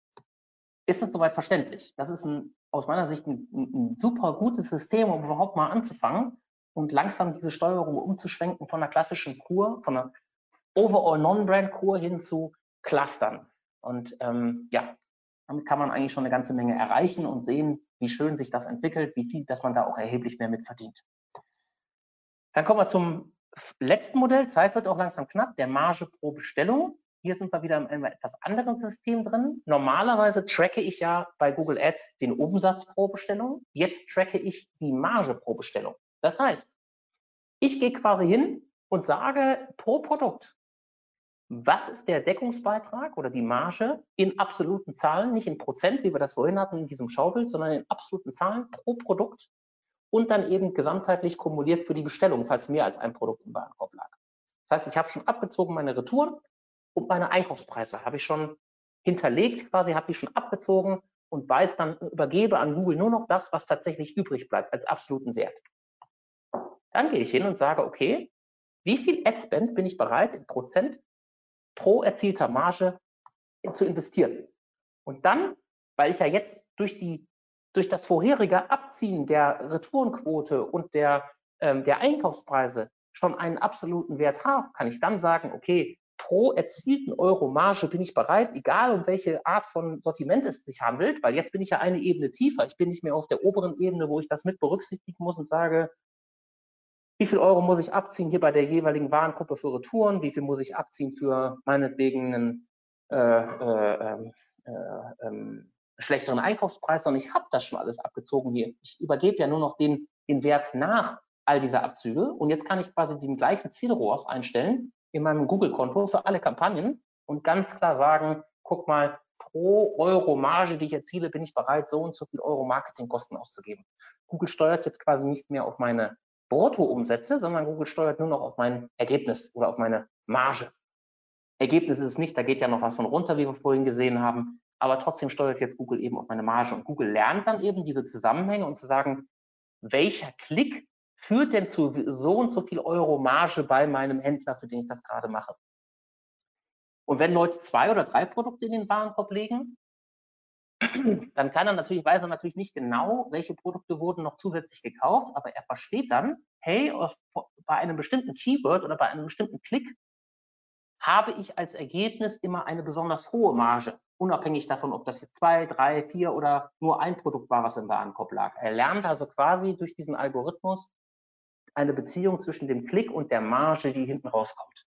Ist das soweit verständlich? Das ist ein, aus meiner Sicht ein, ein super gutes System, um überhaupt mal anzufangen und langsam diese Steuerung umzuschwenken von einer klassischen Kur, von einer Overall Non-Brand-Kur hin zu Clustern. Und ähm, ja, damit kann man eigentlich schon eine ganze Menge erreichen und sehen, wie schön sich das entwickelt, wie viel, dass man da auch erheblich mehr mit verdient. Dann kommen wir zum letzten Modell. Zeit wird auch langsam knapp, der Marge pro Bestellung. hier sind wir wieder in einem etwas anderen System drin. Normalerweise tracke ich ja bei Google Ads den Umsatz pro Bestellung. Jetzt tracke ich die Marge pro Bestellung. Das heißt, ich gehe quasi hin und sage pro Produkt, was ist der Deckungsbeitrag oder die Marge in absoluten Zahlen, nicht in Prozent, wie wir das vorhin hatten in diesem Schaubild, sondern in absoluten Zahlen pro Produkt und dann eben gesamtheitlich kumuliert für die Bestellung, falls mehr als ein Produkt im Warenkorb lag. Das heißt, ich habe schon abgezogen meine Retouren und meine Einkaufspreise habe ich schon hinterlegt, quasi habe ich schon abgezogen und weiß dann, übergebe an Google nur noch das, was tatsächlich übrig bleibt als absoluten Wert. Dann gehe ich hin und sage, okay, wie viel Ad-Spend bin ich bereit in Prozent pro erzielter Marge zu investieren? Und dann, weil ich ja jetzt durch, die, durch das vorherige Abziehen der Retourenquote und der, ähm, der Einkaufspreise schon einen absoluten Wert habe, kann ich dann sagen, okay, pro erzielten Euro Marge bin ich bereit, egal um welche Art von Sortiment es sich handelt, weil jetzt bin ich ja eine Ebene tiefer. Ich bin nicht mehr auf der oberen Ebene, wo ich das mit berücksichtigen muss und sage, wie viel Euro muss ich abziehen hier bei der jeweiligen Warengruppe für Retouren, wie viel muss ich abziehen für meinetwegen einen äh, äh, äh, äh, schlechteren Einkaufspreis, sondern ich habe das schon alles abgezogen hier. Ich übergebe ja nur noch den, den Wert nach all dieser Abzüge und jetzt kann ich quasi den gleichen Ziel R O A S einstellen in meinem Google-Konto für alle Kampagnen und ganz klar sagen, guck mal, pro Euro Marge, die ich erziele, bin ich bereit, so und so viel Euro Marketingkosten auszugeben. Google steuert jetzt quasi nicht mehr auf meine Bruttoumsätze, sondern Google steuert nur noch auf mein Ergebnis oder auf meine Marge. Ergebnis ist es nicht, da geht ja noch was von runter, wie wir vorhin gesehen haben, aber trotzdem steuert jetzt Google eben auf meine Marge und Google lernt dann eben diese Zusammenhänge und zu sagen, welcher Klick führt denn zu so und so viel Euro Marge bei meinem Händler, für den ich das gerade mache. Und wenn Leute zwei oder drei Produkte in den Warenkorb legen, dann kann er natürlich, weiß er natürlich nicht genau, welche Produkte wurden noch zusätzlich gekauft, aber er versteht dann, hey, bei einem bestimmten Keyword oder bei einem bestimmten Klick habe ich als Ergebnis immer eine besonders hohe Marge, unabhängig davon, ob das jetzt zwei, drei, vier oder nur ein Produkt war, was im Warenkorb lag. Er lernt also quasi durch diesen Algorithmus eine Beziehung zwischen dem Klick und der Marge, die hinten rauskommt.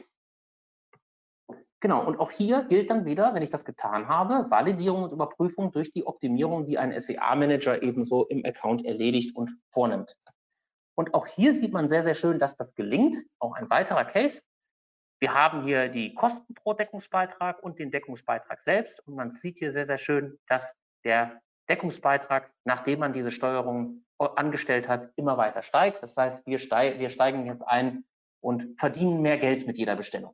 Genau, und auch hier gilt dann wieder, wenn ich das getan habe, Validierung und Überprüfung durch die Optimierung, die ein S E A-Manager ebenso im Account erledigt und vornimmt. Und auch hier sieht man sehr, sehr schön, dass das gelingt. Auch ein weiterer Case. Wir haben hier die Kosten pro Deckungsbeitrag und den Deckungsbeitrag selbst. Und man sieht hier sehr, sehr schön, dass der Deckungsbeitrag, nachdem man diese Steuerung angestellt hat, immer weiter steigt. Das heißt, wir, steig, wir steigen jetzt ein und verdienen mehr Geld mit jeder Bestellung.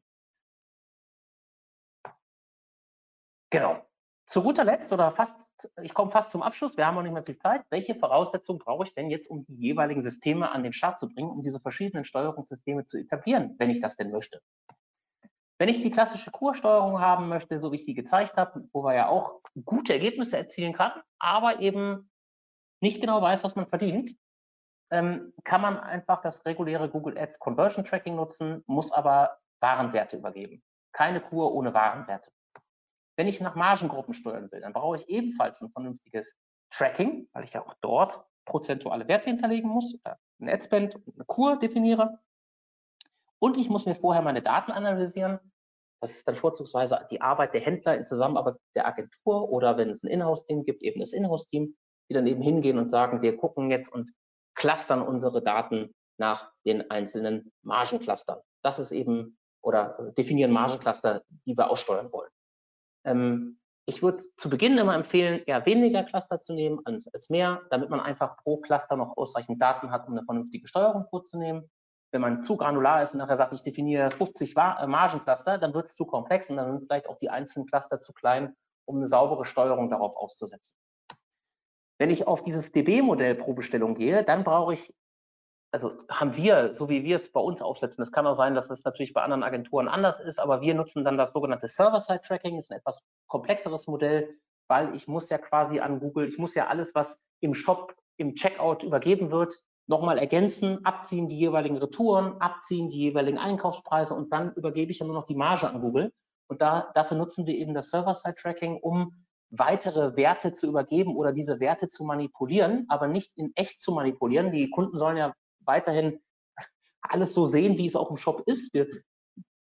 Genau. Zu guter Letzt oder fast, ich komme fast zum Abschluss, wir haben noch nicht mehr viel Zeit. Welche Voraussetzungen brauche ich denn jetzt, um die jeweiligen Systeme an den Start zu bringen, um diese verschiedenen Steuerungssysteme zu etablieren, wenn ich das denn möchte? Wenn ich die klassische Kursteuerung haben möchte, so wie ich die gezeigt habe, wo man ja auch gute Ergebnisse erzielen kann, aber eben nicht genau weiß, was man verdient, ähm, kann man einfach das reguläre Google Ads Conversion Tracking nutzen, muss aber Warenwerte übergeben. Keine Kur ohne Warenwerte. Wenn ich nach Margengruppen steuern will, dann brauche ich ebenfalls ein vernünftiges Tracking, weil ich ja auch dort prozentuale Werte hinterlegen muss, oder ein Adspend und eine Kur definiere. Und ich muss mir vorher meine Daten analysieren. Das ist dann vorzugsweise die Arbeit der Händler in Zusammenarbeit mit der Agentur oder wenn es ein Inhouse-Team gibt, eben das Inhouse-Team, die dann eben hingehen und sagen, wir gucken jetzt und clustern unsere Daten nach den einzelnen Margenclustern. Das ist eben, oder definieren Margencluster, die wir aussteuern wollen. Ähm, ich würde zu Beginn immer empfehlen, eher weniger Cluster zu nehmen als, als mehr, damit man einfach pro Cluster noch ausreichend Daten hat, um eine vernünftige Steuerung vorzunehmen. Wenn man zu granular ist und nachher sagt, ich definiere fünfzig Margencluster, dann wird es zu komplex und dann sind vielleicht auch die einzelnen Cluster zu klein, um eine saubere Steuerung darauf auszusetzen. Wenn ich auf dieses D B-Modell pro Bestellung gehe, dann brauche ich, also haben wir, so wie wir es bei uns aufsetzen, das kann auch sein, dass es natürlich bei anderen Agenturen anders ist, aber wir nutzen dann das sogenannte Server-Side-Tracking, ist ein etwas komplexeres Modell, weil ich muss ja quasi an Google, ich muss ja alles, was im Shop, im Checkout übergeben wird, nochmal ergänzen, abziehen die jeweiligen Retouren, abziehen die jeweiligen Einkaufspreise und dann übergebe ich ja nur noch die Marge an Google. Und da, dafür nutzen wir eben das Server-Side-Tracking, um weitere Werte zu übergeben oder diese Werte zu manipulieren, aber nicht in echt zu manipulieren. Die Kunden sollen ja weiterhin alles so sehen, wie es auch im Shop ist. Wir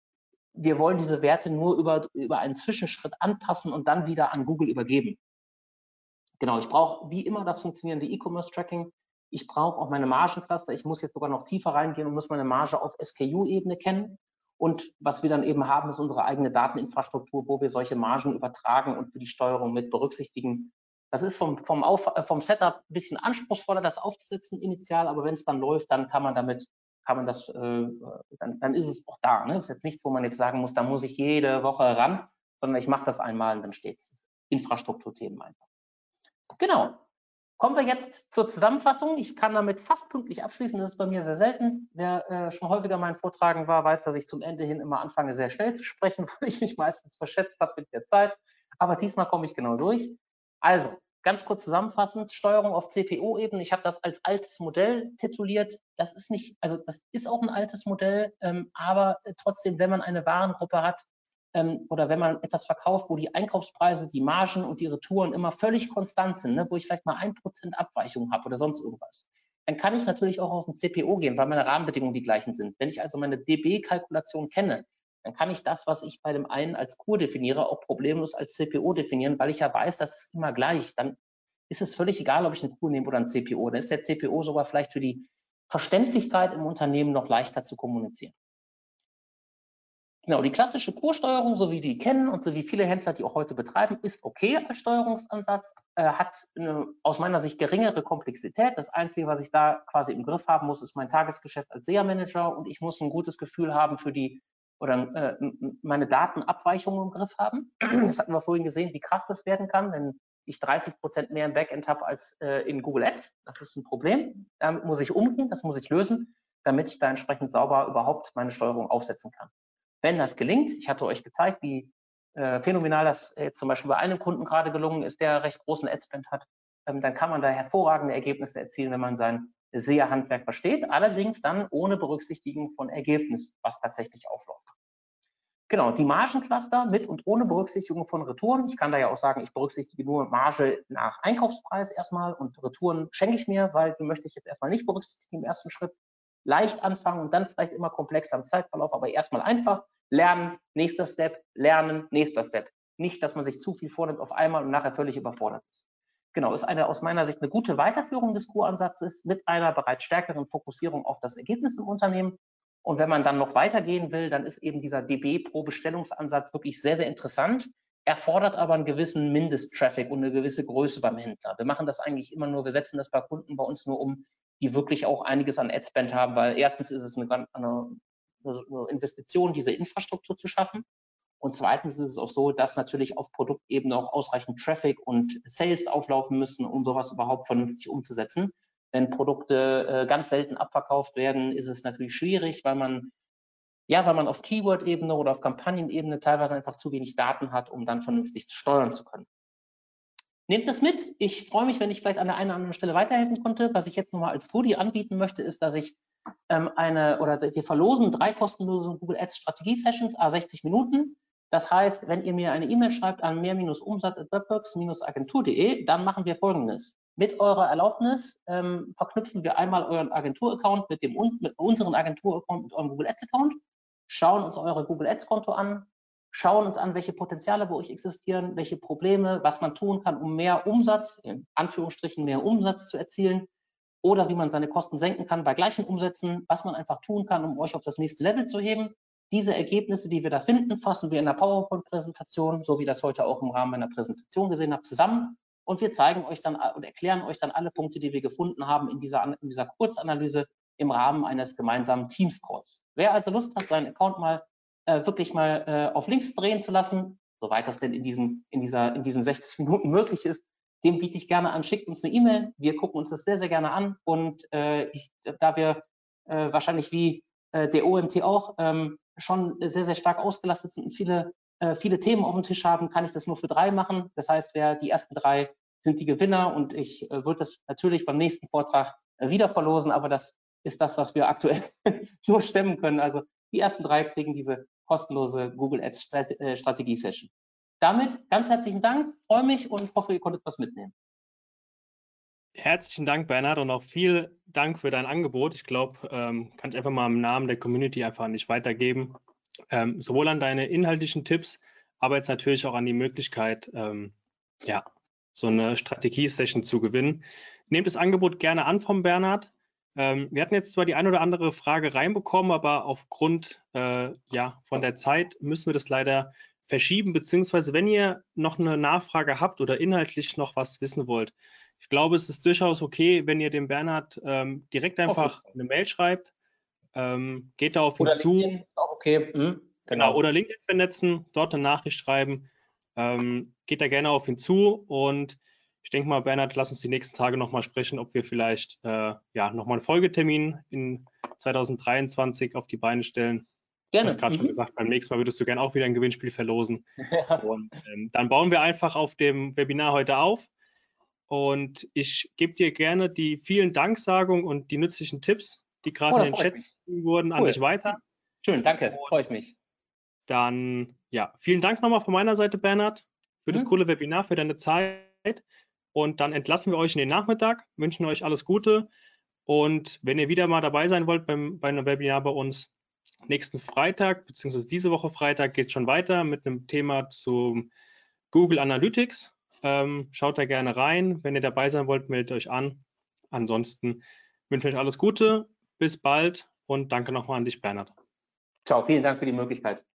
wir wollen diese Werte nur über, über einen Zwischenschritt anpassen und dann wieder an Google übergeben. Genau, ich brauche wie immer das funktionierende E-Commerce-Tracking. Ich brauche auch meine Margencluster. Ich muss jetzt sogar noch tiefer reingehen und muss meine Marge auf S K U-Ebene kennen. Und was wir dann eben haben, ist unsere eigene Dateninfrastruktur, wo wir solche Margen übertragen und für die Steuerung mit berücksichtigen. Das ist vom, vom, Auf, vom Setup ein bisschen anspruchsvoller, das aufzusetzen initial, aber wenn es dann läuft, dann kann man damit, kann man das, äh, dann, dann ist es auch da. Ne? Das ist jetzt nichts, wo man jetzt sagen muss, da muss ich jede Woche ran, sondern ich mache das einmal und dann steht es. Infrastrukturthemen einfach. Genau. Kommen wir jetzt zur Zusammenfassung. Ich kann damit fast pünktlich abschließen. Das ist bei mir sehr selten. Wer äh, schon häufiger meinen Vortragen war, weiß, dass ich zum Ende hin immer anfange, sehr schnell zu sprechen, weil ich mich meistens verschätzt habe mit der Zeit. Aber diesmal komme ich genau durch. Also, ganz kurz zusammenfassend, Steuerung auf C P O-Ebene. Ich habe das als altes Modell tituliert. Das ist nicht, also das ist auch ein altes Modell, ähm, aber äh, trotzdem, wenn man eine Warengruppe hat, Ähm, oder wenn man etwas verkauft, wo die Einkaufspreise, die Margen und die Retouren immer völlig konstant sind, ne, wo ich vielleicht mal ein Prozent Abweichung habe oder sonst irgendwas, dann kann ich natürlich auch auf ein C P O gehen, weil meine Rahmenbedingungen die gleichen sind. Wenn ich also meine D B-Kalkulation kenne, dann kann ich das, was ich bei dem einen als Kur definiere, auch problemlos als C P O definieren, weil ich ja weiß, das ist immer gleich. Dann ist es völlig egal, ob ich eine Kur nehme oder ein C P O. Dann ist der C P O sogar vielleicht für die Verständlichkeit im Unternehmen noch leichter zu kommunizieren. Genau, die klassische Kursteuerung, so wie die kennen und so wie viele Händler die auch heute betreiben, ist okay als Steuerungsansatz, äh, hat eine aus meiner Sicht geringere Komplexität. Das Einzige, was ich da quasi im Griff haben muss, ist mein Tagesgeschäft als S E A-Manager und ich muss ein gutes Gefühl haben für die oder äh, meine Datenabweichungen im Griff haben. Das hatten wir vorhin gesehen, wie krass das werden kann, wenn ich dreißig Prozent mehr im Backend habe als äh, in Google Ads. Das ist ein Problem. Damit muss ich umgehen, das muss ich lösen, damit ich da entsprechend sauber überhaupt meine Steuerung aufsetzen kann. Wenn das gelingt, ich hatte euch gezeigt, wie äh, phänomenal das jetzt zum Beispiel bei einem Kunden gerade gelungen ist, der recht großen Adspend hat, ähm, dann kann man da hervorragende Ergebnisse erzielen, wenn man sein S E A-Handwerk versteht, allerdings dann ohne Berücksichtigung von Ergebnis, was tatsächlich aufläuft. Genau, die Margencluster mit und ohne Berücksichtigung von Retouren. Ich kann da ja auch sagen, ich berücksichtige nur Marge nach Einkaufspreis erstmal und Retouren schenke ich mir, weil die möchte ich jetzt erstmal nicht berücksichtigen im ersten Schritt. Leicht anfangen und dann vielleicht immer komplexer im Zeitverlauf, aber erstmal einfach lernen, nächster Step, lernen, nächster Step. Nicht, dass man sich zu viel vornimmt auf einmal und nachher völlig überfordert ist. Genau, ist eine aus meiner Sicht eine gute Weiterführung des Kuransatzes mit einer bereits stärkeren Fokussierung auf das Ergebnis im Unternehmen. Und wenn man dann noch weitergehen will, dann ist eben dieser D B pro Bestellungsansatz wirklich sehr, sehr interessant, erfordert aber einen gewissen Mindesttraffic und eine gewisse Größe beim Händler. Wir machen das eigentlich immer nur, wir setzen das bei Kunden bei uns nur um, die wirklich auch einiges an Adspend haben, weil erstens ist es eine, eine, eine Investition, diese Infrastruktur zu schaffen. Und zweitens ist es auch so, dass natürlich auf Produktebene auch ausreichend Traffic und Sales auflaufen müssen, um sowas überhaupt vernünftig umzusetzen. Wenn Produkte äh, ganz selten abverkauft werden, ist es natürlich schwierig, weil man ja, weil man auf Keyword-Ebene oder auf Kampagnenebene teilweise einfach zu wenig Daten hat, um dann vernünftig steuern zu können. Nehmt das mit. Ich freue mich, wenn ich vielleicht an der einen oder anderen Stelle weiterhelfen konnte. Was ich jetzt nochmal als Goodie anbieten möchte, ist, dass ich ähm, eine, oder wir verlosen drei kostenlose Google Ads Strategie-Sessions, à sechzig Minuten. Das heißt, wenn ihr mir eine E-Mail schreibt an mehr umsatz at webworks agentur punkt de, dann machen wir Folgendes. Mit eurer Erlaubnis ähm, verknüpfen wir einmal euren Agentur-Account mit dem mit unseren Agentur-Account, mit eurem Google Ads-Account, schauen uns eure Google Ads-Konto an, schauen uns an, welche Potenziale bei euch existieren, welche Probleme, was man tun kann, um mehr Umsatz, in Anführungsstrichen mehr Umsatz zu erzielen, oder wie man seine Kosten senken kann bei gleichen Umsätzen, was man einfach tun kann, um euch auf das nächste Level zu heben. Diese Ergebnisse, die wir da finden, fassen wir in der PowerPoint-Präsentation, so wie das heute auch im Rahmen meiner Präsentation gesehen habt, zusammen. Und wir zeigen euch dann und erklären euch dann alle Punkte, die wir gefunden haben in dieser, in dieser Kurzanalyse im Rahmen eines gemeinsamen Teams-Calls. Wer also Lust hat, seinen Account mal äh, wirklich mal äh, auf links drehen zu lassen, soweit das denn in diesen, in dieser, in diesen sechzig Minuten möglich ist, dem biete ich gerne an, schickt uns eine E-Mail. Wir gucken uns das sehr, sehr gerne an. Und äh, ich, da wir äh, wahrscheinlich wie äh, der O M T auch ähm, schon sehr, sehr stark ausgelastet sind und viele, äh, viele Themen auf dem Tisch haben, kann ich das nur für drei machen. Das heißt, wer die ersten drei sind die Gewinner und ich äh, würde das natürlich beim nächsten Vortrag äh, wieder verlosen, aber das ist das, was wir aktuell nur stemmen können. Also die ersten drei kriegen diese kostenlose Google Ads Strategie Session. Damit ganz herzlichen Dank, freue mich und hoffe, ihr konntet was mitnehmen. Herzlichen Dank, Bernhard, und auch vielen Dank für dein Angebot. Ich glaube, ähm, kann ich einfach mal im Namen der Community einfach an dich weitergeben. ähm, sowohl an deine inhaltlichen Tipps, aber jetzt natürlich auch an die Möglichkeit, ähm, ja, so eine Strategie-Session zu gewinnen. Nehmt das Angebot gerne an vom Bernhard. Ähm, wir hatten jetzt zwar die ein oder andere Frage reinbekommen, aber aufgrund äh, ja, von der Zeit müssen wir das leider verschieben, beziehungsweise wenn ihr noch eine Nachfrage habt oder inhaltlich noch was wissen wollt, ich glaube, es ist durchaus okay, wenn ihr dem Bernhard ähm, direkt einfach eine Mail schreibt, ähm, geht da auf ihn Oder zu. LinkedIn, auch okay. Hm, Genau, genau. oder LinkedIn vernetzen, dort eine Nachricht schreiben. Ähm, geht da gerne auf ihn zu und ich denke mal, Bernhard, lass uns die nächsten Tage nochmal sprechen, ob wir vielleicht äh, ja, nochmal einen Folgetermin in zwanzig dreiundzwanzig auf die Beine stellen. Gerne. Du hast gerade Mhm. schon gesagt, beim nächsten Mal würdest du gerne auch wieder ein Gewinnspiel verlosen. Ja. Und ähm, dann bauen wir einfach auf dem Webinar heute auf. Und ich gebe dir gerne die vielen Danksagungen und die nützlichen Tipps, die gerade Oh, in da den freue ich Chat mich. gegeben wurden, an Cool. dich weiter. Schön, danke. Freue ich mich. Dann, ja, vielen Dank nochmal von meiner Seite, Bernhard, für das Mhm. coole Webinar, für deine Zeit. Und dann entlassen wir euch in den Nachmittag, wünschen euch alles Gute. Und wenn ihr wieder mal dabei sein wollt beim, bei einem Webinar bei uns, nächsten Freitag, beziehungsweise diese Woche Freitag, geht es schon weiter mit einem Thema zum Google Analytics. Ähm, schaut da gerne rein. Wenn ihr dabei sein wollt, meldet euch an. Ansonsten wünsche ich euch alles Gute, bis bald und danke nochmal an dich, Bernhard. Ciao, vielen Dank für die Möglichkeit.